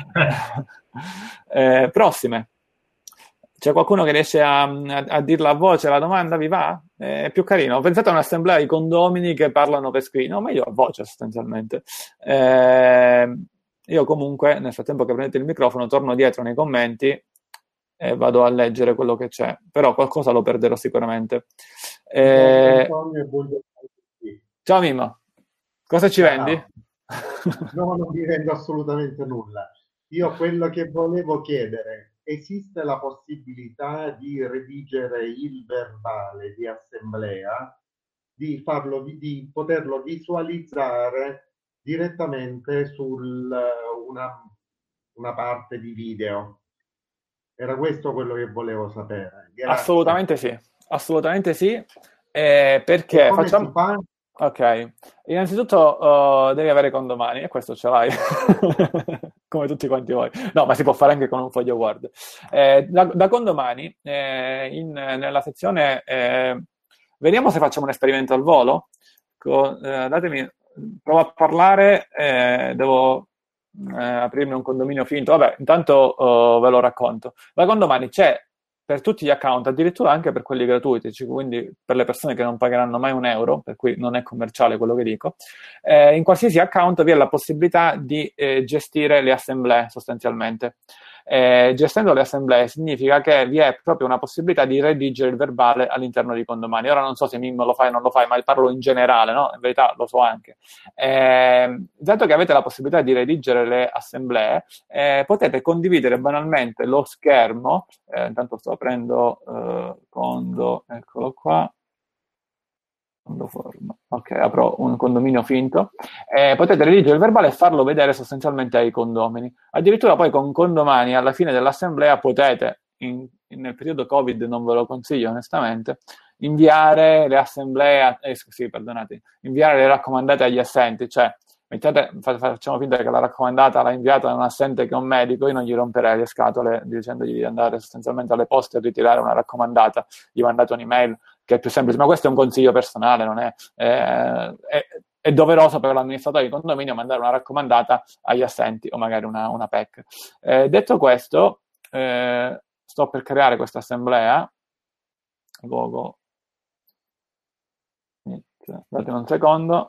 Prossime. C'è qualcuno che riesce a dirla a voce la domanda? Vi va? È più carino. Pensate a un'assemblea di condomini che parlano per screen, no, meglio a voce sostanzialmente. Io comunque, nel frattempo che prendete il microfono, torno dietro nei commenti e vado a leggere quello che c'è, però qualcosa lo perderò sicuramente. Ciao Mimmo, cosa ci vendi? No, non vi vendo assolutamente nulla. Io quello che volevo chiedere: esiste la possibilità di redigere il verbale di assemblea, di poterlo visualizzare direttamente su una parte di video? Era questo quello che volevo sapere. Grazie. Assolutamente sì, perché come facciamo... si fa? Ok, innanzitutto devi avere condomani, e questo ce l'hai, come tutti quanti voi. No, ma si può fare anche con un foglio Word. Da condomani, nella sezione, vediamo se facciamo un esperimento al volo. Provo a parlare, devo aprirmi un condominio finto. Vabbè, intanto ve lo racconto. Da condomani c'è per tutti gli account, addirittura anche per quelli gratuiti, quindi per le persone che non pagheranno mai €1, per cui non è commerciale quello che dico, in qualsiasi account vi è la possibilità di gestire le assemblee sostanzialmente. Gestendo le assemblee significa che vi è proprio una possibilità di redigere il verbale all'interno di condomani. Ora non so se Mimmo lo fai o non lo fai, ma parlo in generale, no? In verità lo so anche. Dato che avete la possibilità di redigere le assemblee, potete condividere banalmente lo schermo. Intanto sto aprendo Condo, eccolo qua. Ok, apro un condominio finto. Potete redigere il verbale e farlo vedere sostanzialmente ai condomini. Addirittura poi con condomani alla fine dell'assemblea potete, nel periodo Covid non ve lo consiglio onestamente, inviare le assemblee, inviare le raccomandate agli assenti, cioè facciamo finta che la raccomandata l'ha inviata a un assente che è un medico, io non gli romperei le scatole dicendogli di andare sostanzialmente alle poste a ritirare una raccomandata, gli mandate un'email che è più semplice, ma questo è un consiglio personale, non è doveroso per l'amministratore di condominio mandare una raccomandata agli assenti o magari una PEC. Detto questo, sto per creare questa assemblea, logo, datemi un secondo.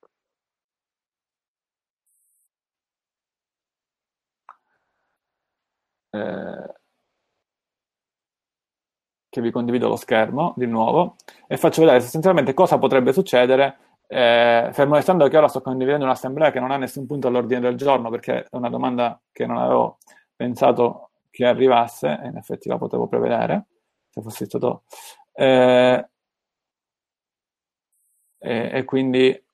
Che vi condivido lo schermo di nuovo e faccio vedere sostanzialmente cosa potrebbe succedere, fermo restando che ora sto condividendo un'assemblea che non ha nessun punto all'ordine del giorno, perché è una domanda che non avevo pensato che arrivasse, e in effetti la potevo prevedere se fossi stato e quindi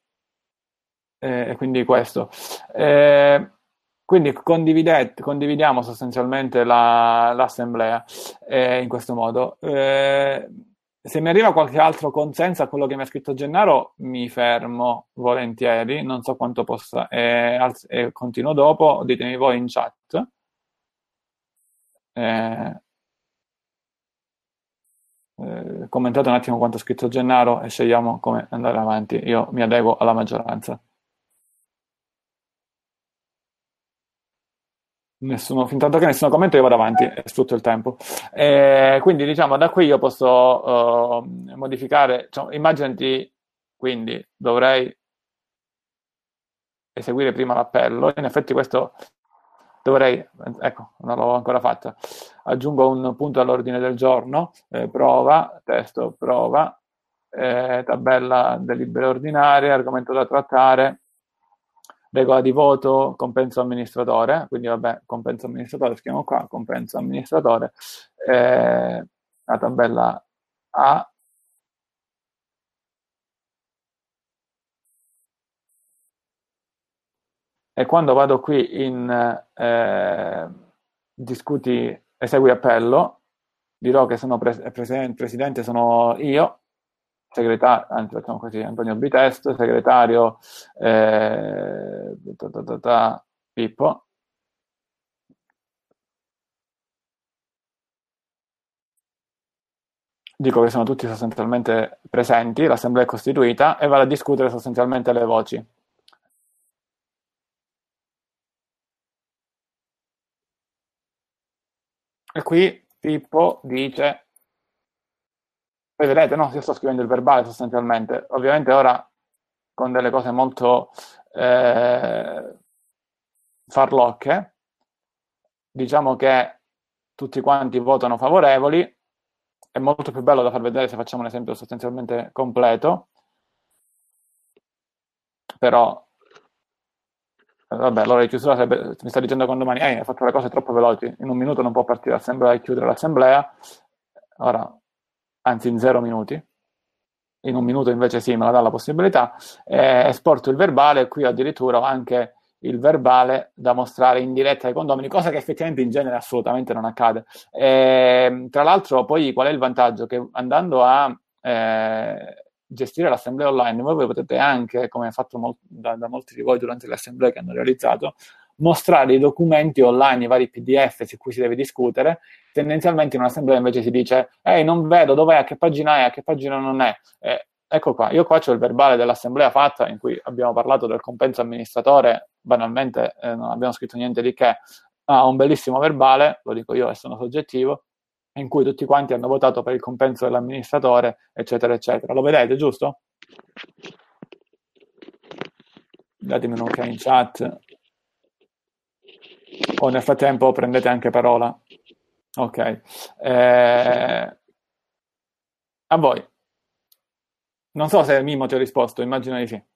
questo. Quindi condividiamo sostanzialmente l'assemblea in questo modo. Se mi arriva qualche altro consenso a quello che mi ha scritto Gennaro, mi fermo volentieri, non so quanto possa, e continuo dopo, ditemi voi in chat. Commentate un attimo quanto ha scritto Gennaro e scegliamo come andare avanti. Io mi adeguo alla maggioranza. Fintanto che nessuno commenta, io vado avanti e sfrutto il tempo. Quindi diciamo da qui io posso modificare, immaginati, quindi dovrei eseguire prima l'appello. In effetti questo dovrei, ecco, non l'ho ancora fatta. Aggiungo un punto all'ordine del giorno, prova, testo, prova, tabella delibere ordinarie, argomento da trattare, regola di voto, compenso amministratore, quindi vabbè, compenso amministratore, scriviamo qua, compenso amministratore, la tabella A, e quando vado qui in discuti, esegui appello, dirò che sono presidente sono io, segretario, anzi facciamo così, Antonio Bitest, segretario Pippo. Dico che sono tutti sostanzialmente presenti, l'assemblea è costituita e vado a discutere sostanzialmente le voci. E qui Pippo dice, poi vedete, no, io sto scrivendo il verbale sostanzialmente, ovviamente ora con delle cose molto farlocche, diciamo che tutti quanti votano favorevoli, è molto più bello da far vedere se facciamo un esempio sostanzialmente completo, però vabbè, l'ora di chiusura sarebbe, mi sta dicendo condomani, hai fatto le cose troppo veloci, in un minuto non può partire l'assemblea e chiudere l'assemblea, ora, anzi in 0 minuti, in un minuto invece sì, me la dà la possibilità, esporto il verbale, qui addirittura ho anche il verbale da mostrare in diretta ai condomini, cosa che effettivamente in genere assolutamente non accade. Tra l'altro poi qual è il vantaggio? Che andando a gestire l'assemblea online, voi potete anche, come fatto da molti di voi durante le assemblee che hanno realizzato, mostrare i documenti online, i vari PDF su cui si deve discutere. Tendenzialmente in un'assemblea invece si dice non vedo dov'è, a che pagina è, a che pagina non è. Ecco qua, io qua c'ho il verbale dell'assemblea fatta in cui abbiamo parlato del compenso amministratore, banalmente non abbiamo scritto niente di che, ma un bellissimo verbale, lo dico io e sono soggettivo, in cui tutti quanti hanno votato per il compenso dell'amministratore, eccetera, eccetera. Lo vedete, giusto? Datemi un'ok in chat. O nel frattempo prendete anche parola. Ok. A voi. Non so se Mimo ti ho risposto, immagino di sì.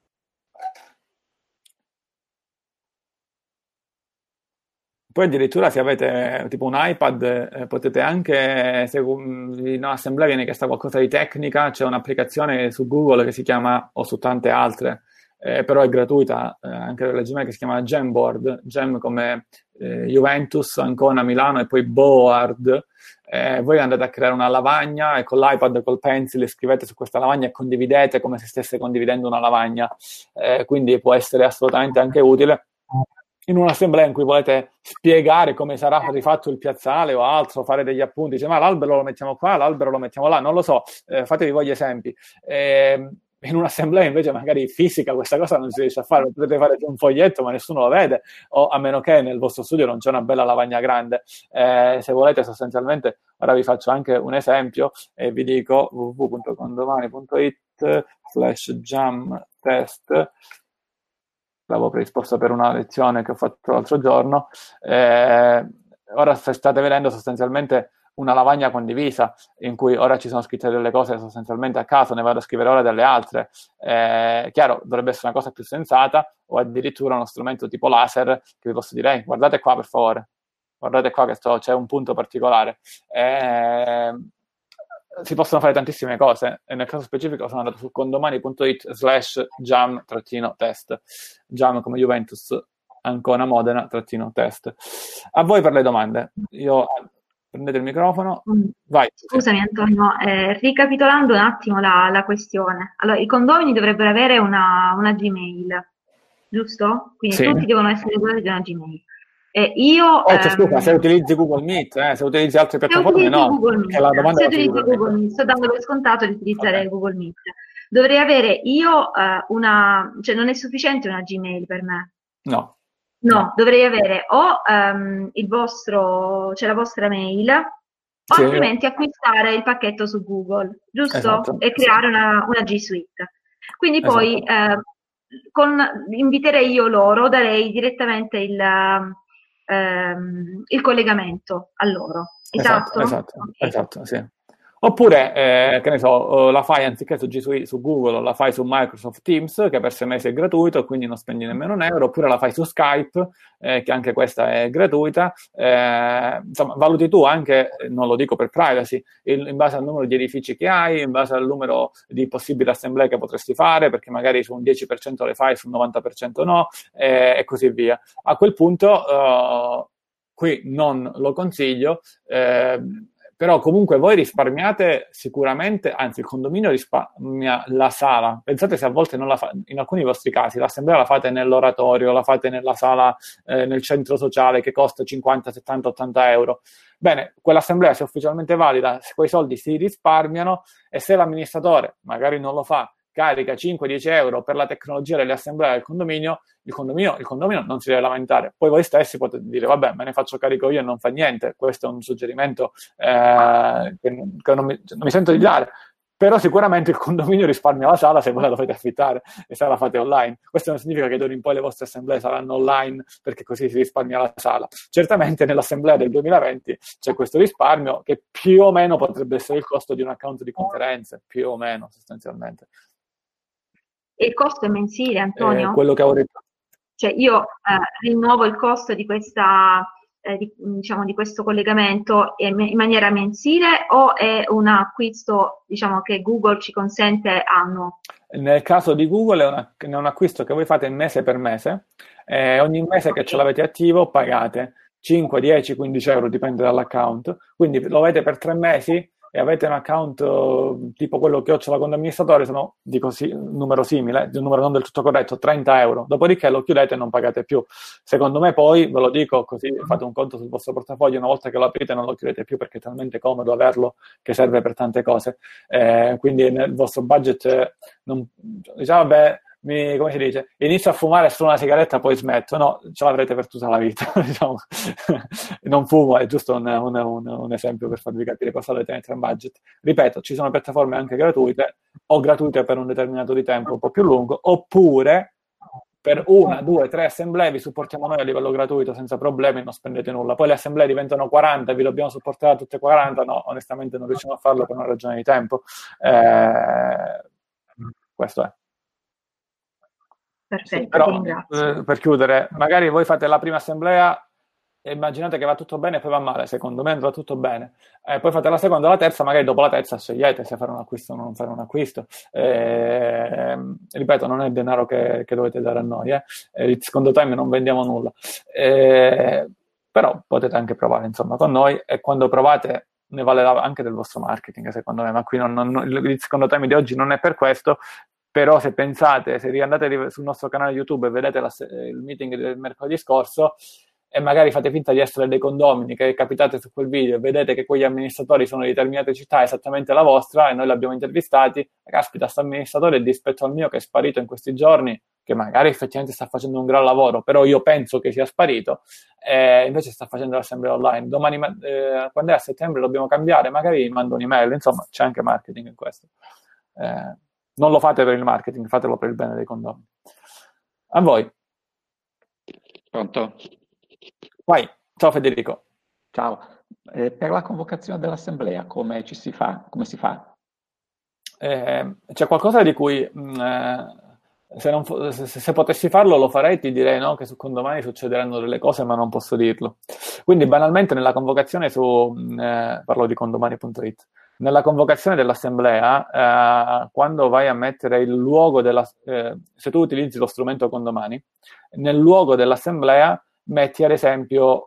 Poi addirittura se avete tipo un iPad potete anche, se in un'assemblea viene chiesta qualcosa di tecnica, c'è un'applicazione su Google che si chiama, o su tante altre, però è gratuita, anche della Gmail, che si chiama Jamboard, Gem come Juventus, Ancona, Milano e poi Board. Voi andate a creare una lavagna e con l'iPad, col pencil scrivete su questa lavagna e condividete come se stesse condividendo una lavagna, quindi può essere assolutamente anche utile in un'assemblea in cui volete spiegare come sarà rifatto il piazzale o altro, fare degli appunti, dice ma l'albero lo mettiamo qua, l'albero lo mettiamo là, non lo so, fatevi voi gli esempi. In un'assemblea invece magari fisica questa cosa non si riesce a fare, potete fare un foglietto ma nessuno lo vede, o a meno che nel vostro studio non c'è una bella lavagna grande. Se volete sostanzialmente, ora vi faccio anche un esempio e vi dico www.condomani.it/jamtest. L'avevo predisposta per una lezione che ho fatto l'altro giorno. Ora state vedendo sostanzialmente una lavagna condivisa in cui ora ci sono scritte delle cose sostanzialmente a caso, ne vado a scrivere ora delle altre. Chiaro, dovrebbe essere una cosa più sensata, o addirittura uno strumento tipo laser che vi posso dire guardate qua per favore, guardate qua che c'è un punto particolare. Si possono fare tantissime cose e nel caso specifico sono andato su condomani.it/jam-test, jam come Juventus, Ancona, Modena -test. A voi per le domande. Prendete il microfono, vai. Scusami Antonio, ricapitolando un attimo la questione. Allora, i condomini dovrebbero avere una Gmail, giusto? Quindi sì. Tutti devono essere dotati di una Gmail. Scusa, se utilizzi Google Meet, se utilizzi altre piattaforme no. Google Meet, se utilizzi Google Meet, sto dando per scontato di utilizzare Google Meet. Dovrei avere cioè non è sufficiente una Gmail per me. No, dovrei avere o la vostra mail, o sì, altrimenti acquistare il pacchetto su Google, giusto? Esatto, e creare una G Suite. Quindi poi inviterei io loro, darei direttamente il collegamento a loro. Esatto? Esatto, sì. Oppure, che ne so, la fai anziché su Google, la fai su Microsoft Teams, che per 6 mesi è gratuito, quindi non spendi nemmeno un euro, oppure la fai su Skype, che anche questa è gratuita. Insomma, valuti tu anche, non lo dico per privacy, in base al numero di edifici che hai, in base al numero di possibili assemblee che potresti fare, perché magari su un 10% le fai, sul 90% no, e così via. A quel punto, qui non lo consiglio, però comunque voi risparmiate sicuramente, anzi il condominio risparmia la sala. Pensate se a volte non la in alcuni vostri casi l'assemblea la fate nell'oratorio, la fate nella sala nel centro sociale che costa 50, 70, 80 euro. Bene, quell'assemblea se è ufficialmente valida, quei soldi si risparmiano e se l'amministratore magari non lo fa, carica 5-10 euro per la tecnologia delle assemblee del condominio, il condominio non si deve lamentare. Poi voi stessi potete dire, vabbè, me ne faccio carico io e non fa niente. Questo è un suggerimento che non mi sento di dare. Però sicuramente il condominio risparmia la sala se voi la dovete affittare e se la fate online. Questo non significa che d'ora in poi le vostre assemblee saranno online perché così si risparmia la sala. Certamente nell'assemblea del 2020 c'è questo risparmio che più o meno potrebbe essere il costo di un account di conferenze, più o meno sostanzialmente. E il costo è mensile, Antonio? Quello che ho detto. Cioè io rinnovo il costo di questa, diciamo, di questo collegamento in maniera mensile o è un acquisto, diciamo, che Google ci consente annuo? Nel caso di Google è un acquisto che voi fate mese per mese, ogni mese che ce l'avete attivo pagate 5, 10, 15 euro, dipende dall'account, quindi lo avete per 3 mesi e avete un account tipo quello che ho ce l'ho con l'amministratore, sono, dico sì, un numero simile, un numero non del tutto corretto, 30 euro, dopodiché lo chiudete e non pagate più. Secondo me poi, ve lo dico così, fate un conto sul vostro portafoglio, una volta che lo aprite non lo chiudete più perché è talmente comodo averlo che serve per tante cose, quindi nel vostro budget diciamo, vabbè, come si dice, inizio a fumare solo una sigaretta poi smetto, no, ce l'avrete per tutta la vita. Diciamo. Non fumo, è giusto un esempio per farvi capire cosa dovete mettere in budget. Ripeto, ci sono piattaforme anche gratuite o gratuite per un determinato di tempo un po' più lungo, oppure per 1, 2, 3 assemblee vi supportiamo noi a livello gratuito senza problemi, non spendete nulla. Poi le assemblee diventano 40, vi dobbiamo supportare tutte 40, no, onestamente non riusciamo a farlo per una ragione di tempo. Questo è. Perfetto, però per chiudere, magari voi fate la prima assemblea e immaginate che va tutto bene e poi va male, secondo me andrà tutto bene, poi fate la seconda o la terza, magari dopo la terza scegliete se fare un acquisto o non fare un acquisto, ripeto, non è denaro che dovete dare a noi, il secondo time non vendiamo nulla, però potete anche provare insomma con noi e quando provate ne vale anche del vostro marketing secondo me, ma qui il secondo time di oggi non è per questo. Però se pensate, se riandate sul nostro canale YouTube e vedete il meeting del mercoledì scorso e magari fate finta di essere dei condomini che capitate su quel video e vedete che quegli amministratori sono di determinate città esattamente la vostra e noi l'abbiamo intervistati, caspita, sto amministratore rispetto al mio che è sparito in questi giorni, che magari effettivamente sta facendo un gran lavoro, però io penso che sia sparito, invece sta facendo l'assemblea online. Domani, quando è a settembre dobbiamo cambiare, magari mando un'email, insomma c'è anche marketing in questo. Non lo fate per il marketing, fatelo per il bene dei condomini. A voi. Pronto? Vai, ciao Federico. Ciao. Per la convocazione dell'assemblea come si fa? C'è qualcosa di cui se potessi farlo lo farei, ti direi no, che su Condomani succederanno delle cose ma non posso dirlo. Quindi banalmente nella convocazione parlo di condomani.it. Nella convocazione dell'assemblea, quando vai a mettere il luogo se tu utilizzi lo strumento Condomani, nel luogo dell'assemblea metti ad esempio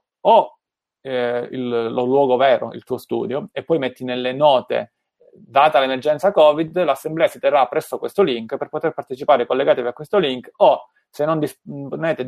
lo luogo vero, il tuo studio, e poi metti nelle note, data l'emergenza Covid, l'assemblea si terrà presso questo link per poter partecipare, collegatevi a questo link, o se non disponete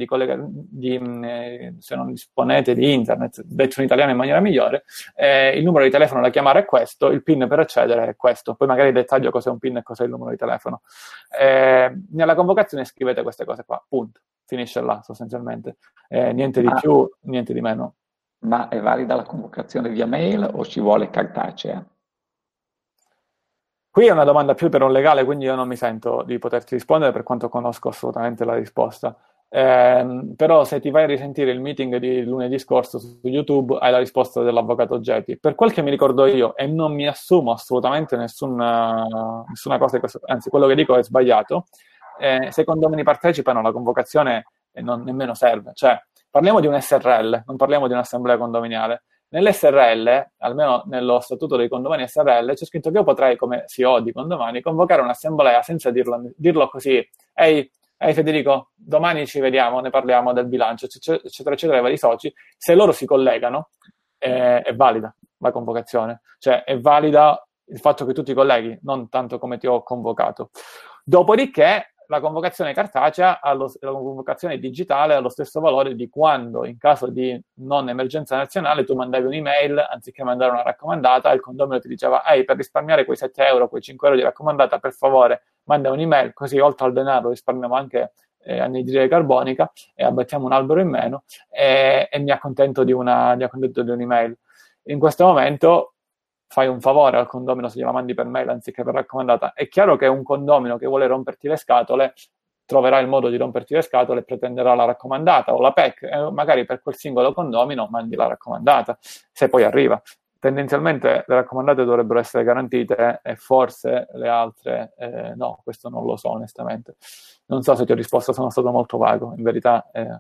di internet, detto in italiano in maniera migliore, il numero di telefono da chiamare è questo, il PIN per accedere è questo, poi magari dettaglio cos'è un PIN e cos'è il numero di telefono. Nella convocazione scrivete queste cose qua, punto, finisce là sostanzialmente, niente di più, niente di meno. Ma è valida la convocazione via mail o ci vuole cartacea? Qui è una domanda più per un legale, quindi io non mi sento di poterti rispondere per quanto conosco assolutamente la risposta. Però se ti vai a risentire il meeting di lunedì scorso su YouTube hai la risposta dell'avvocato Geti. Per quel che mi ricordo io, e non mi assumo assolutamente nessuna cosa, anzi quello che dico è sbagliato, se i condomini partecipano la convocazione non nemmeno serve. Cioè, parliamo di un SRL, non parliamo di un'assemblea condominiale. Nell'SRL, almeno nello statuto dei condomini SRL, c'è scritto che io potrei, come CEO di condomini, convocare un'assemblea senza dirlo così. Ehi Federico, domani ci vediamo, ne parliamo del bilancio, eccetera, eccetera, i vari soci. Se loro si collegano, è valida la convocazione. Cioè, è valida il fatto che tu ti colleghi, non tanto come ti ho convocato. Dopodiché, la convocazione cartacea, la convocazione digitale ha lo stesso valore di quando, in caso di non emergenza nazionale, tu mandavi un'email anziché mandare una raccomandata, il condomino ti diceva: per risparmiare quei 7 euro, quei 5 euro di raccomandata, per favore manda un'email, così oltre al denaro risparmiamo anche anidride carbonica e abbattiamo un albero in meno, e mi accontento di un'email. In questo momento fai un favore al condomino se gliela mandi per mail anziché per raccomandata. È chiaro che un condomino che vuole romperti le scatole troverà il modo di romperti le scatole e pretenderà la raccomandata o la PEC, e magari per quel singolo condomino mandi la raccomandata, se poi arriva. Tendenzialmente le raccomandate dovrebbero essere garantite e forse le altre no, questo non lo so onestamente. Non so se ti ho risposto, sono stato molto vago, in verità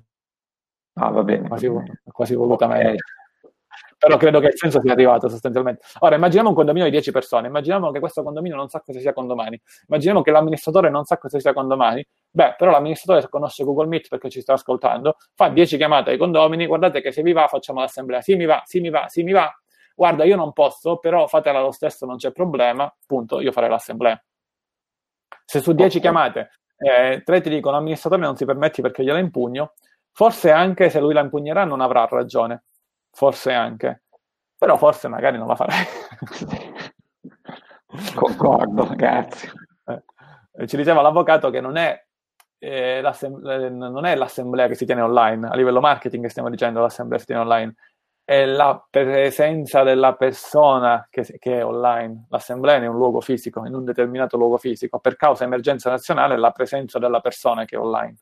va bene. Quasi volutamente. Però credo che il senso sia arrivato sostanzialmente. Ora, immaginiamo un condominio di 10 persone, immaginiamo che questo condominio non sa cosa sia condomani, immaginiamo che l'amministratore non sa cosa sia condomani, però l'amministratore conosce Google Meet perché ci sta ascoltando, fa 10 chiamate ai condomini: guardate che se vi va facciamo l'assemblea, sì mi va, guarda io non posso, però fatela lo stesso, non c'è problema, punto, io farei l'assemblea. Se su 10 chiamate 3 ti dicono l'amministratore non si permetti perché gliela impugno, forse anche se lui la impugnerà non avrà ragione. Forse anche, però forse magari non la farei. Concordo, grazie. Ci diceva l'avvocato che non è l'assemblea che si tiene online, a livello marketing stiamo dicendo l'assemblea si tiene online, è la presenza della persona che è online. L'assemblea è in un luogo fisico, in un determinato luogo fisico, per causa emergenza nazionale la presenza della persona che è online.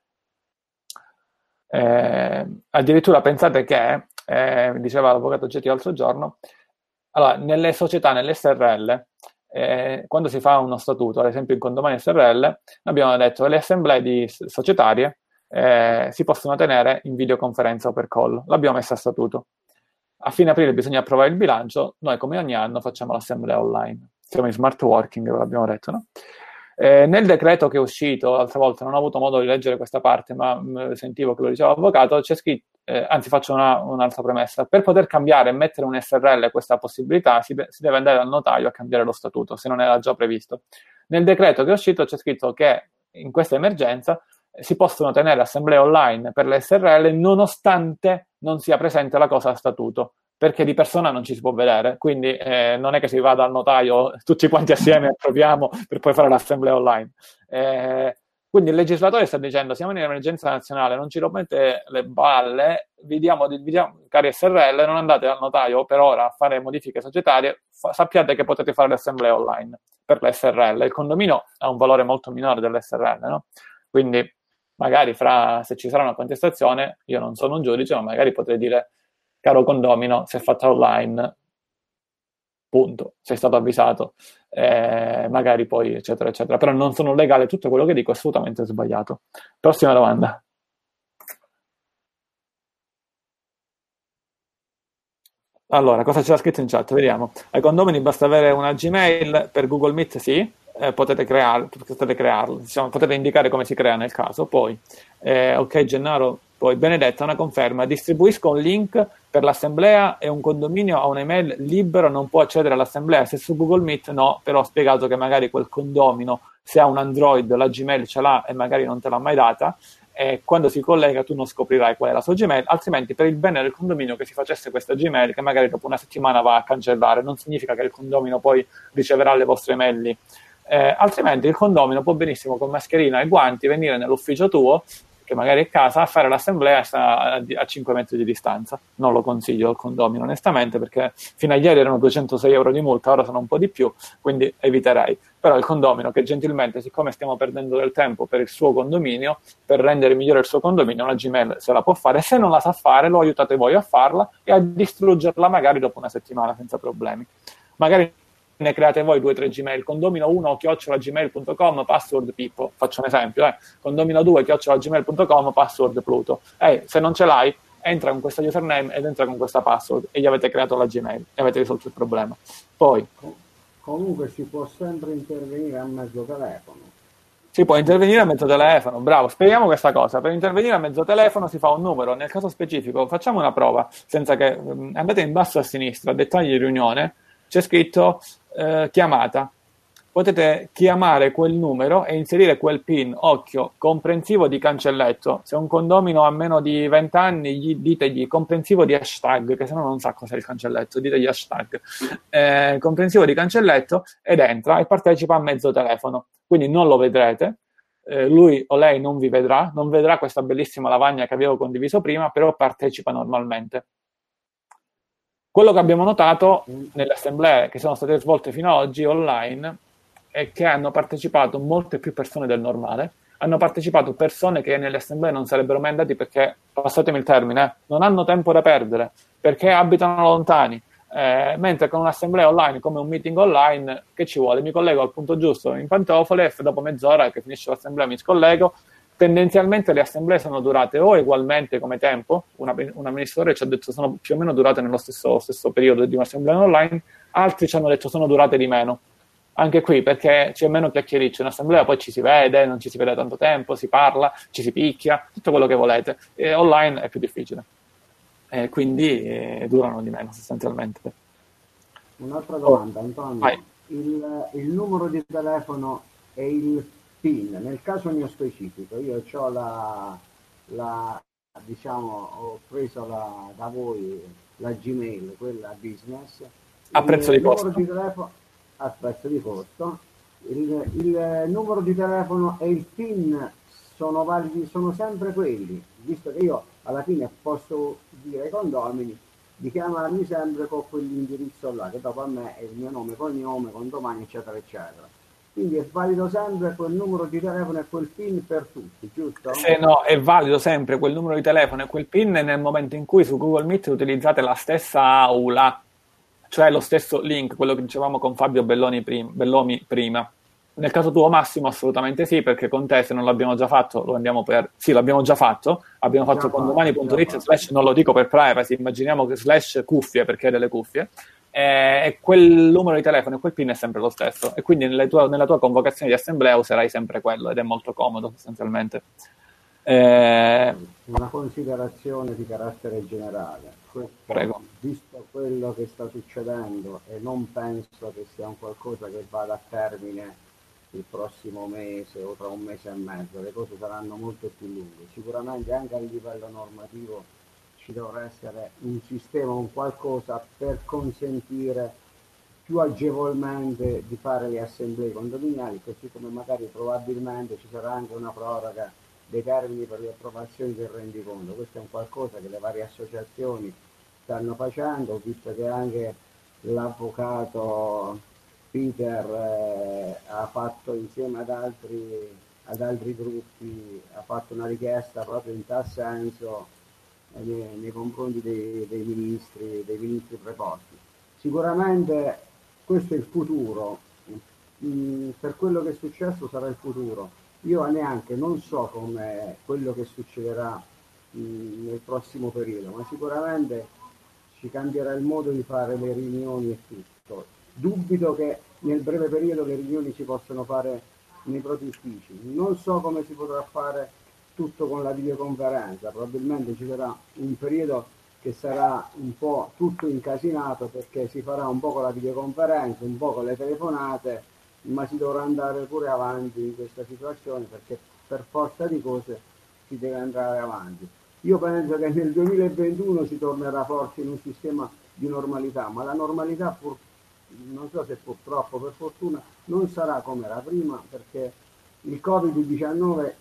Addirittura pensate che diceva l'avvocato Geti l'altro giorno, allora, nelle società, nelle SRL, quando si fa uno statuto, ad esempio in condomini SRL, abbiamo detto che le assemblee societarie si possono tenere in videoconferenza o per call. L'abbiamo messa a statuto. A fine aprile bisogna approvare il bilancio, noi come ogni anno facciamo l'assemblea online. Siamo in smart working, ve l'abbiamo detto, no? Nel decreto che è uscito l'altra volta, non ho avuto modo di leggere questa parte, ma sentivo che lo diceva l'avvocato, c'è scritto, anzi faccio un'altra premessa: per poter cambiare e mettere un SRL questa possibilità si deve andare dal notaio a cambiare lo statuto, se non era già previsto. Nel decreto che è uscito c'è scritto che in questa emergenza si possono tenere assemblee online per le SRL nonostante non sia presente la cosa a statuto, perché di persona non ci si può vedere, quindi non è che si va dal notaio tutti quanti assieme e proviamo per poi fare l'assemblea online. Quindi il legislatore sta dicendo: siamo in emergenza nazionale, non ci rompete le balle, vi diamo, cari SRL, non andate dal notaio per ora a fare modifiche societarie, sappiate che potete fare l'assemblea online per l'SRL. Il condominio ha un valore molto minore dell'SRL, no? Quindi magari se ci sarà una contestazione, io non sono un giudice, ma magari potrei dire: caro condomino, si è fatta online, punto, sei stato avvisato, magari poi eccetera eccetera, però non sono legale, tutto quello che dico è assolutamente sbagliato. Prossima domanda. Allora, cosa c'era scritto in chat? Vediamo. Ai condomini basta avere una Gmail, per Google Meet sì, potete crearlo, diciamo, potete indicare come si crea nel caso. Poi ok Gennaro, poi Benedetta, una conferma: distribuisco un link per l'assemblea e un condominio ha un'email libero, non può accedere all'assemblea. Se su Google Meet no, però ho spiegato che magari quel condomino, se ha un Android, la Gmail ce l'ha e magari non te l'ha mai data, e quando si collega tu non scoprirai qual è la sua Gmail, altrimenti per il bene del condominio che si facesse questa Gmail, che magari dopo una settimana va a cancellare, non significa che il condomino poi riceverà le vostre email lì. Altrimenti il condomino può benissimo con mascherina e guanti venire nell'ufficio tuo, che magari è a casa, a fare l'assemblea a 5 metri di distanza. Non lo consiglio al condomino onestamente, perché fino a ieri erano 206 euro di multa, ora sono un po' di più, quindi eviterei. Però il condomino che gentilmente, siccome stiamo perdendo del tempo per il suo condominio, per rendere migliore il suo condominio, una Gmail se la può fare, se non la sa fare lo aiutate voi a farla e a distruggerla magari dopo una settimana senza problemi. Magari ne create voi 2 o 3 Gmail, condomino1@gmail.com, password Pippo, faccio un esempio, condomino2@gmail.com, password Pluto. Se non ce l'hai, entra con questa username ed entra con questa password e gli avete creato la Gmail e avete risolto il problema. Poi comunque si può sempre intervenire a mezzo telefono. Si può intervenire a mezzo telefono, bravo, spieghiamo questa cosa. Per intervenire a mezzo telefono si fa un numero, nel caso specifico facciamo una prova, senza che andate in basso a sinistra, dettagli di riunione, c'è scritto chiamata. Potete chiamare quel numero e inserire quel PIN, occhio, comprensivo di cancelletto. Se un condomino ha meno di 20 anni, ditegli comprensivo di hashtag, che se no non sa cos'è il cancelletto, ditegli hashtag. Comprensivo di cancelletto ed entra e partecipa a mezzo telefono. Quindi non lo vedrete, lui o lei non vi vedrà, non vedrà questa bellissima lavagna che avevo condiviso prima, però partecipa normalmente. Quello che abbiamo notato nelle assemblee che sono state svolte fino ad oggi online è che hanno partecipato molte più persone del normale, hanno partecipato persone che nelle assemblee non sarebbero mai andati perché, passatemi il termine, non hanno tempo da perdere, perché abitano lontani, mentre con un'assemblea online come un meeting online, che ci vuole? Mi collego al punto giusto in pantofole e dopo mezz'ora che finisce l'assemblea mi scollego. Tendenzialmente le assemblee sono durate o ugualmente come tempo, un amministratore ci ha detto sono più o meno durate nello stesso periodo di un'assemblea online, altri ci hanno detto sono durate di meno. Anche qui perché c'è meno chiacchiericcio, in assemblea poi ci si vede, non ci si vede tanto tempo, si parla, ci si picchia, tutto quello che volete. Online è più difficile, quindi durano di meno sostanzialmente. Un'altra domanda, Antonio. Il numero di telefono e il PIN, nel caso mio specifico, io ho ho preso da voi la Gmail, quella business, a prezzo di costo. A prezzo di costo. Il numero di telefono e il PIN sono validi, sono sempre quelli, visto che io alla fine posso dire ai condomini di chiamarmi sempre con quell'indirizzo là, che dopo a me è il mio nome, cognome, condomani, eccetera, eccetera. Quindi è valido sempre quel numero di telefono e quel PIN per tutti, giusto? No, è valido sempre quel numero di telefono e quel PIN nel momento in cui su Google Meet utilizzate la stessa aula, cioè lo stesso link, quello che dicevamo con Fabio Bellomi prima. Nel caso tuo, Massimo, assolutamente sì, perché con te, se non l'abbiamo già fatto, Sì, l'abbiamo già fatto. Abbiamo fatto condomani.it / non lo dico per privacy, immaginiamo che / cuffie, perché ha delle cuffie. E quel numero di telefono e quel PIN è sempre lo stesso. E quindi nella tua convocazione di assemblea userai sempre quello, ed è molto comodo, sostanzialmente. Una considerazione di carattere generale. Prego. Visto quello che sta succedendo, e non penso che sia un qualcosa che vada a termine il prossimo mese o tra un mese e mezzo, le cose saranno molto più lunghe. Sicuramente anche a livello normativo ci dovrà essere un sistema, un qualcosa per consentire più agevolmente di fare le assemblee condominiali, così come magari probabilmente ci sarà anche una proroga dei termini per le approvazioni del rendiconto. Questo è un qualcosa che le varie associazioni stanno facendo. Ho visto che anche l'avvocato Peter ha fatto insieme ad altri gruppi, ha fatto una richiesta proprio in tal senso nei confronti dei ministri preposti. Sicuramente questo è il futuro, per quello che è successo sarà il futuro. Io neanche non so come quello che succederà nel prossimo periodo, ma sicuramente ci cambierà il modo di fare le riunioni e tutto. Dubito che nel breve periodo le riunioni si possano fare nei propri uffici. Non so come si potrà fare tutto con la videoconferenza, probabilmente ci sarà un periodo che sarà un po' tutto incasinato, perché si farà un po' con la videoconferenza, un po' con le telefonate, ma si dovrà andare pure avanti in questa situazione, perché per forza di cose si deve andare avanti. Io penso che nel 2021 si tornerà forse in un sistema di normalità, ma la normalità, non so se purtroppo, per fortuna, non sarà come era prima, perché il Covid-19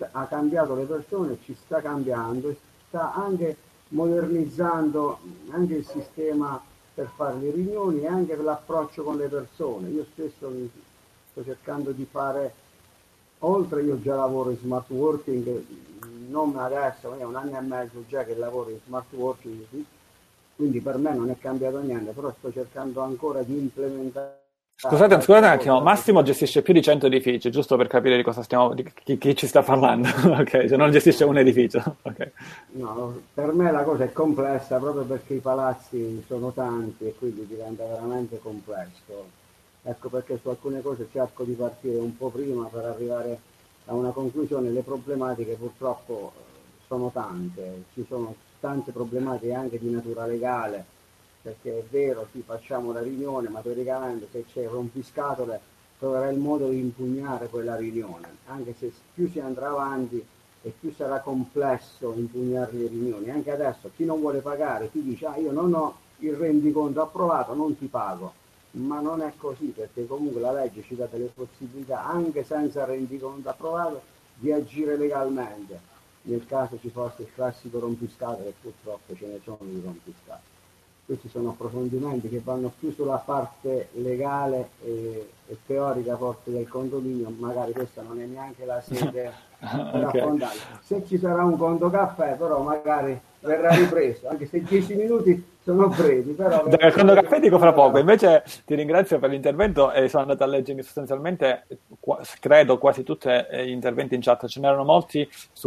ha cambiato le persone, ci sta cambiando e sta anche modernizzando anche il sistema per fare le riunioni e anche per l'approccio con le persone. Io stesso sto cercando di fare, oltre io già lavoro in smart working, non adesso, è un anno e mezzo già che lavoro in smart working, quindi per me non è cambiato niente, però sto cercando ancora di implementare. Scusate un attimo, Massimo gestisce più di 100 edifici, giusto per capire di cosa stiamo, di chi ci sta parlando, ok? Cioè non gestisce un edificio, ok? No, per me la cosa è complessa proprio perché i palazzi sono tanti e quindi diventa veramente complesso. Ecco perché su alcune cose cerco di partire un po' prima per arrivare a una conclusione. Le problematiche purtroppo sono tante, ci sono tante problematiche anche di natura legale, perché è vero, sì, facciamo la riunione, ma teoricamente se c'è rompiscatole troverai il modo di impugnare quella riunione, anche se più si andrà avanti e più sarà complesso impugnare le riunioni. Anche adesso chi non vuole pagare ti dice io non ho il rendiconto approvato, non ti pago, ma non è così, perché comunque la legge ci dà delle possibilità anche senza rendiconto approvato di agire legalmente nel caso ci fosse il classico rompiscatole, e purtroppo ce ne sono di rompiscatole. Questi sono approfondimenti che vanno più sulla parte legale e teorica forte del condominio, magari questa non è neanche la sede per affrontare. Se ci sarà un conto caffè, però magari verrà ripreso, anche se 10 minuti sono brevi. Però il conto caffè dico fra poco, invece ti ringrazio per l'intervento e sono andato a leggermi sostanzialmente, credo, quasi tutti gli interventi in chat, ce n'erano molti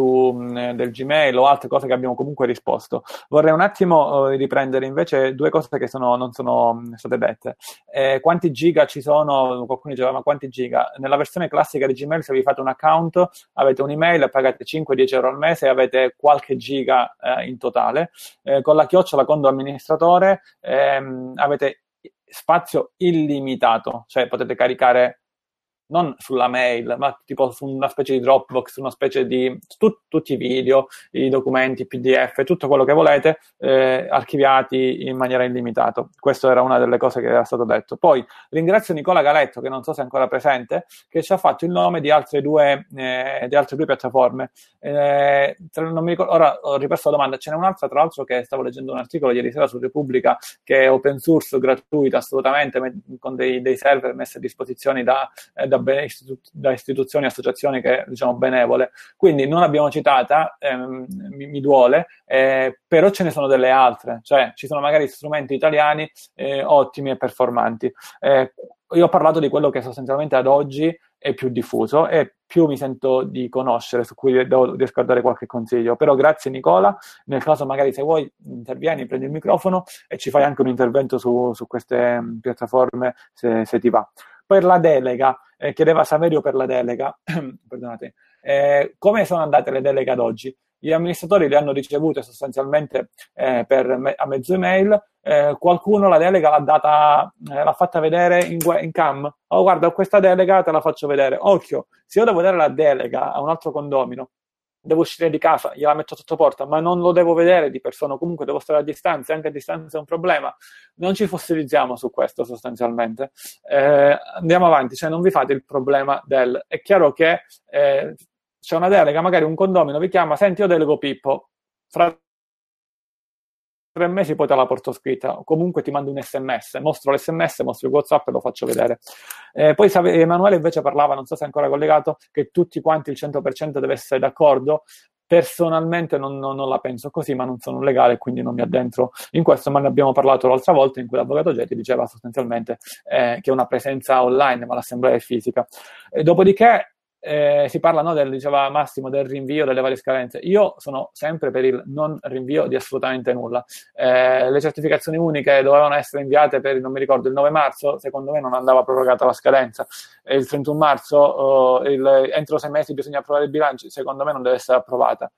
del Gmail o altre cose che abbiamo comunque risposto. Vorrei un attimo riprendere invece due cose che non sono state dette. Quanti giga ci sono? Qualcuno diceva ma quanti giga? Nella versione classica di Gmail, se vi fate un account, avete un'email, pagate 5-10 euro al mese e avete qualche giga in totale. Con la chiocciola Condo Amministratore avete spazio illimitato, cioè potete caricare non sulla mail, ma tipo su una specie di Dropbox, una specie di tutti i video, i documenti, i PDF, tutto quello che volete, archiviati in maniera illimitata. Questa era una delle cose che era stato detto. Poi ringrazio Nicola Galetto, che non so se è ancora presente, che ci ha fatto il nome di altre due piattaforme. Non mi ricordo, ora ho riperso la domanda. Ce n'è un'altra, tra l'altro, che stavo leggendo un articolo ieri sera su Repubblica, che è open source, gratuita assolutamente, con dei server messi a disposizione da istituzioni e associazioni che diciamo benevole, quindi non l'abbiamo citata, mi duole, però ce ne sono delle altre, cioè ci sono magari strumenti italiani ottimi e performanti. Io ho parlato di quello che sostanzialmente ad oggi è più diffuso e più mi sento di conoscere, su cui riesco a dare qualche consiglio. Però grazie Nicola, nel caso magari se vuoi intervieni, prendi il microfono e ci fai anche un intervento su queste piattaforme se ti va. Per la delega, chiedeva Saverio per la delega, perdonate, come sono andate le deleghe ad oggi? Gli amministratori le hanno ricevute sostanzialmente a mezzo email, qualcuno la delega l'ha fatta vedere in cam. Oh, guarda, questa delega te la faccio vedere. Occhio, se io devo dare la delega a un altro condomino, devo uscire di casa, gliela metto sotto porta, ma non lo devo vedere di persona, comunque devo stare a distanza, anche a distanza è un problema. Non ci fossilizziamo su questo sostanzialmente. Andiamo avanti, cioè non vi fate il problema è chiaro che c'è una delega, magari un condomino vi chiama, senti io delego Pippo, fra 3 mesi poi te la porto scritta, comunque ti mando un sms, mostro l'sms, mostro il WhatsApp e lo faccio vedere. Poi Emanuele invece parlava, non so se è ancora collegato, che tutti quanti il 100% deve essere d'accordo. Personalmente non la penso così, ma non sono un legale, quindi non mi addentro in questo, ma ne abbiamo parlato l'altra volta in cui l'avvocato Getti diceva sostanzialmente che è una presenza online, ma l'assemblea è fisica. Dopodiché si parla, diceva Massimo, del rinvio delle varie scadenze. Io sono sempre per il non rinvio di assolutamente nulla. Le certificazioni uniche dovevano essere inviate non mi ricordo, il 9 marzo, secondo me non andava prorogata la scadenza. Il 31 marzo, entro 6 mesi bisogna approvare i bilanci, secondo me non deve essere approvata.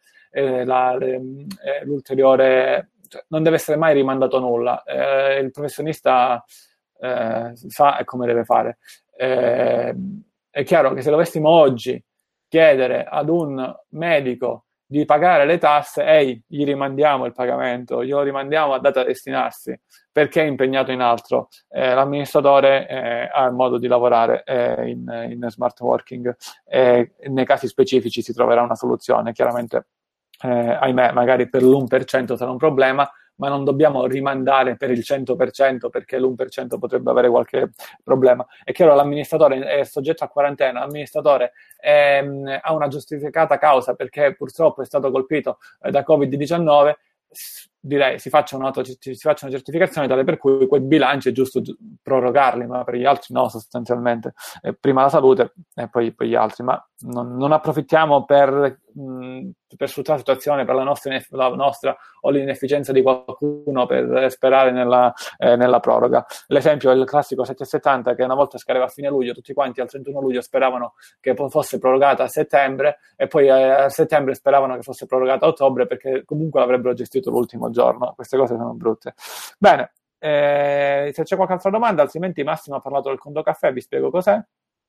L'ulteriore, cioè, non deve essere mai rimandato nulla. Il professionista sa come deve fare. È chiaro che se dovessimo oggi chiedere ad un medico di pagare le tasse, gli rimandiamo il pagamento, glielo rimandiamo a data a destinarsi, perché è impegnato in altro. L'amministratore ha il modo di lavorare in smart working, nei casi specifici si troverà una soluzione. Chiaramente, ahimè, magari per l'1% sarà un problema, ma non dobbiamo rimandare per il 100% perché l'1% potrebbe avere qualche problema. È chiaro, l'amministratore è soggetto a quarantena, l'amministratore ha una giustificata causa perché purtroppo è stato colpito da Covid-19, direi si faccia una certificazione tale per cui quei bilanci è giusto prorogarli, ma per gli altri no, sostanzialmente. Prima la salute e poi gli altri, ma non approfittiamo per sfruttare la situazione, per la nostra o l'inefficienza di qualcuno per sperare nella proroga. L'esempio è il classico 770 che una volta scadeva a fine luglio, tutti quanti al 31 luglio speravano che fosse prorogata a settembre e poi a settembre speravano che fosse prorogata a ottobre perché comunque l'avrebbero gestito l'ultimo giorno. Queste cose sono brutte. Bene, se c'è qualche altra domanda, altrimenti Massimo ha parlato del conto caffè, vi spiego cos'è.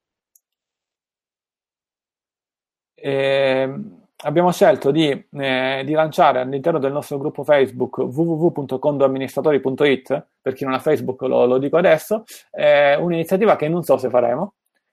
Abbiamo scelto di lanciare all'interno del nostro gruppo Facebook www.condoamministratori.it, per chi non ha Facebook lo dico adesso, un'iniziativa che non so se faremo,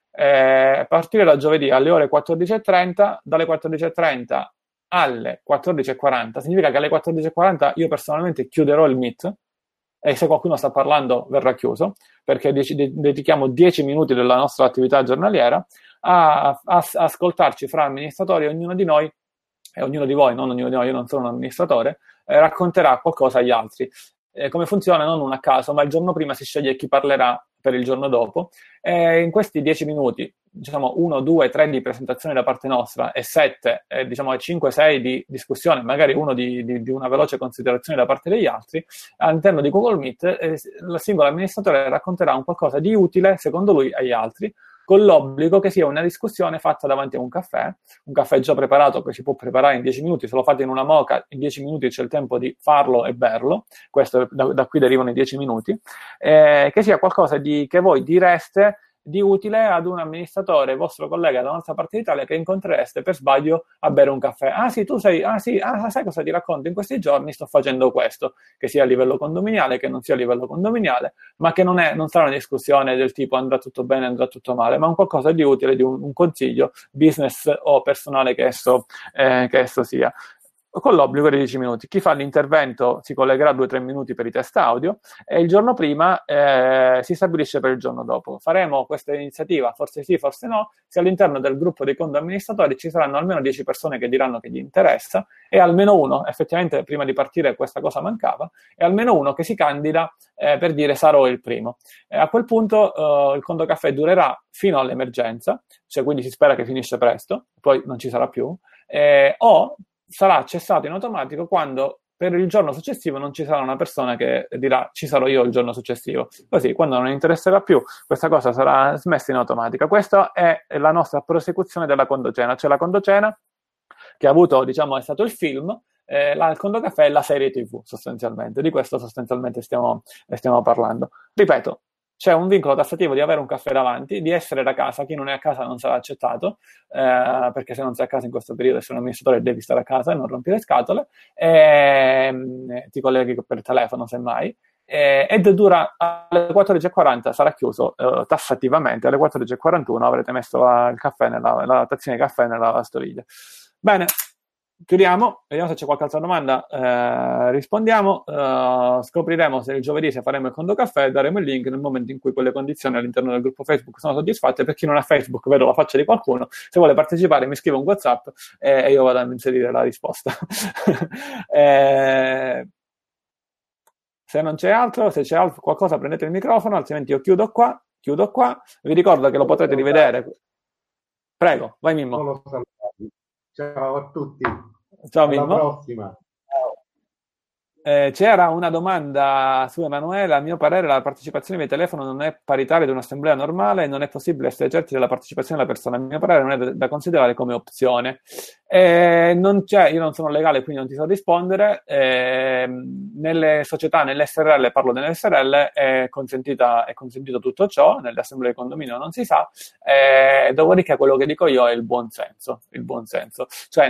a partire da giovedì alle ore 14.30, dalle 14.30 alle 14.40, significa che alle 14.40 io personalmente chiuderò il Meet, e se qualcuno sta parlando verrà chiuso, perché dedichiamo 10 minuti della nostra attività giornaliera a ascoltarci fra amministratori. Ognuno di noi, e ognuno di voi, non ognuno di noi, io non sono un amministratore, racconterà qualcosa agli altri. Come funziona? Non un a caso, ma il giorno prima si sceglie chi parlerà per il giorno dopo, e in questi 10 minuti, diciamo 1, 2, 3 di presentazione da parte nostra e 7, diciamo 5, 6 di discussione, magari uno di una veloce considerazione da parte degli altri, all'interno di Google Meet il singolo amministratore racconterà un qualcosa di utile, secondo lui, agli altri, con l'obbligo che sia una discussione fatta davanti a un caffè già preparato che si può preparare in 10 minuti, se lo fate in una moka in 10 minuti c'è il tempo di farlo e berlo, questo da qui derivano i 10 minuti, che sia qualcosa che voi direste di utile ad un amministratore, vostro collega da un'altra parte d'Italia che incontrereste per sbaglio a bere un caffè. Sai cosa ti racconto? In questi giorni sto facendo questo, che sia a livello condominiale, che non sia a livello condominiale, ma che non sarà una discussione del tipo andrà tutto bene, andrà tutto male, ma un qualcosa di utile, di un consiglio business o personale che esso sia, con l'obbligo di 10 minuti. Chi fa l'intervento si collegherà 2-3 minuti per i test audio e il giorno prima si stabilisce per il giorno dopo. Faremo questa iniziativa, forse sì, forse no, se all'interno del gruppo dei condo amministratori ci saranno almeno 10 persone che diranno che gli interessa e almeno uno, effettivamente prima di partire questa cosa mancava, e almeno uno che si candida per dire sarò il primo. A quel punto il Condo Caffè durerà fino all'emergenza, cioè quindi si spera che finisce presto, poi non ci sarà più, o sarà cessato in automatico quando per il giorno successivo non ci sarà una persona che dirà ci sarò io il giorno successivo. Così, quando non interesserà più, questa cosa sarà smessa in automatica. Questa è la nostra prosecuzione della Condocena, cioè la Condocena che ha avuto, diciamo, è stato il film, il Condo Caffè è la serie TV, sostanzialmente. Di questo sostanzialmente stiamo parlando. Ripeto, c'è un vincolo tassativo di avere un caffè davanti, di essere da casa. Chi non è a casa non sarà accettato, perché se non sei a casa in questo periodo, sei un amministratore, devi stare a casa e non rompere scatole, ti colleghi per telefono semmai, ed dura alle 14.40, sarà chiuso tassativamente, alle 14.41 avrete messo il caffè la tazzina di caffè nella lavastoviglie. Bene, chiudiamo, vediamo se c'è qualche altra domanda, rispondiamo, scopriremo se il giovedì se faremo il Condo Caffè, daremo il link nel momento in cui quelle condizioni all'interno del gruppo Facebook sono soddisfatte. Per chi non ha Facebook, vedo la faccia di qualcuno, se vuole partecipare mi scrive un WhatsApp e io vado a inserire la risposta. Se non c'è altro, se c'è qualcosa prendete il microfono, altrimenti io chiudo qua, vi ricordo che lo potrete rivedere. Prego, vai Mimmo. Ciao a tutti. Ciao Alla Mimmo. prossima. C'era una domanda su Emanuele. A mio parere la partecipazione via telefono non è paritaria ad un'assemblea normale e non è possibile essere certi della partecipazione della persona. A mio parere non è da considerare come opzione. Non c'è, io non sono legale, quindi non ti so rispondere. Nelle società, nelle SRL, parlo delle SRL, è consentito tutto ciò, nelle assemblee di condominio non si sa. Dopodiché quello che dico io è il buon senso. Cioè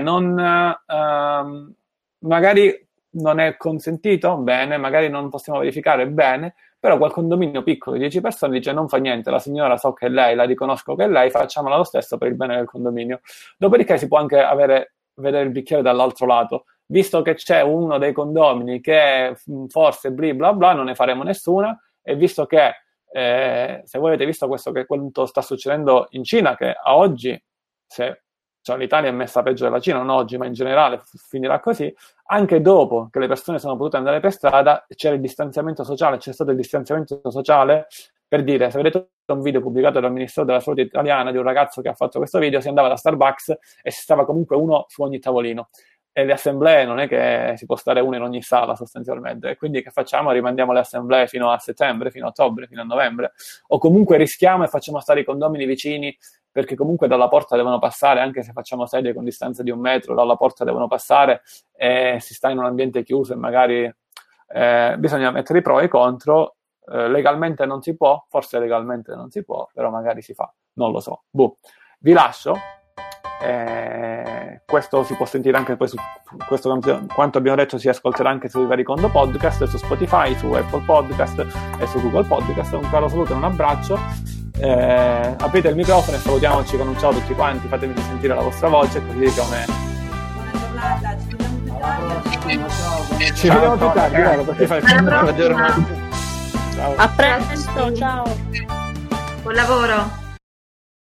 magari non è consentito? Bene, magari non possiamo verificare? Bene, però quel condominio piccolo di 10 persone dice non fa niente, la signora so che è lei, la riconosco che è lei, facciamola lo stesso per il bene del condominio. Dopodiché si può anche vedere il bicchiere dall'altro lato. Visto che c'è uno dei condomini che forse bla bla, non ne faremo nessuna, e visto che, se voi avete visto quanto sta succedendo in Cina, che a oggi, cioè l'Italia è messa peggio della Cina, non oggi, ma in generale finirà così, anche dopo che le persone sono potute andare per strada, c'è stato il distanziamento sociale, per dire, se vedete un video pubblicato dal Ministero della Salute italiana di un ragazzo che ha fatto questo video, si andava da Starbucks e si stava comunque uno su ogni tavolino. E le assemblee non è che si può stare uno in ogni sala sostanzialmente, e quindi che facciamo? Rimandiamo le assemblee fino a settembre, fino a ottobre, fino a novembre, o comunque rischiamo e facciamo stare i condomini vicini, perché comunque dalla porta devono passare, anche se facciamo sedie con distanza di 1 metro, dalla porta devono passare, e si sta in un ambiente chiuso e magari bisogna mettere i pro e i contro. Legalmente non si può, forse legalmente non si può, però magari si fa, non lo so. Vi lascio. Questo si può sentire anche poi su questo, quanto abbiamo detto si ascolterà anche sui vari Condo Podcast, su Spotify, su Apple Podcast e su Google Podcast. Un caro saluto e un abbraccio. Aprite il microfono e salutiamoci con un ciao a tutti quanti, fatemi sentire la vostra voce, così come ci vediamo più tardi, vero? Perché fai a presto, ciao, buon lavoro.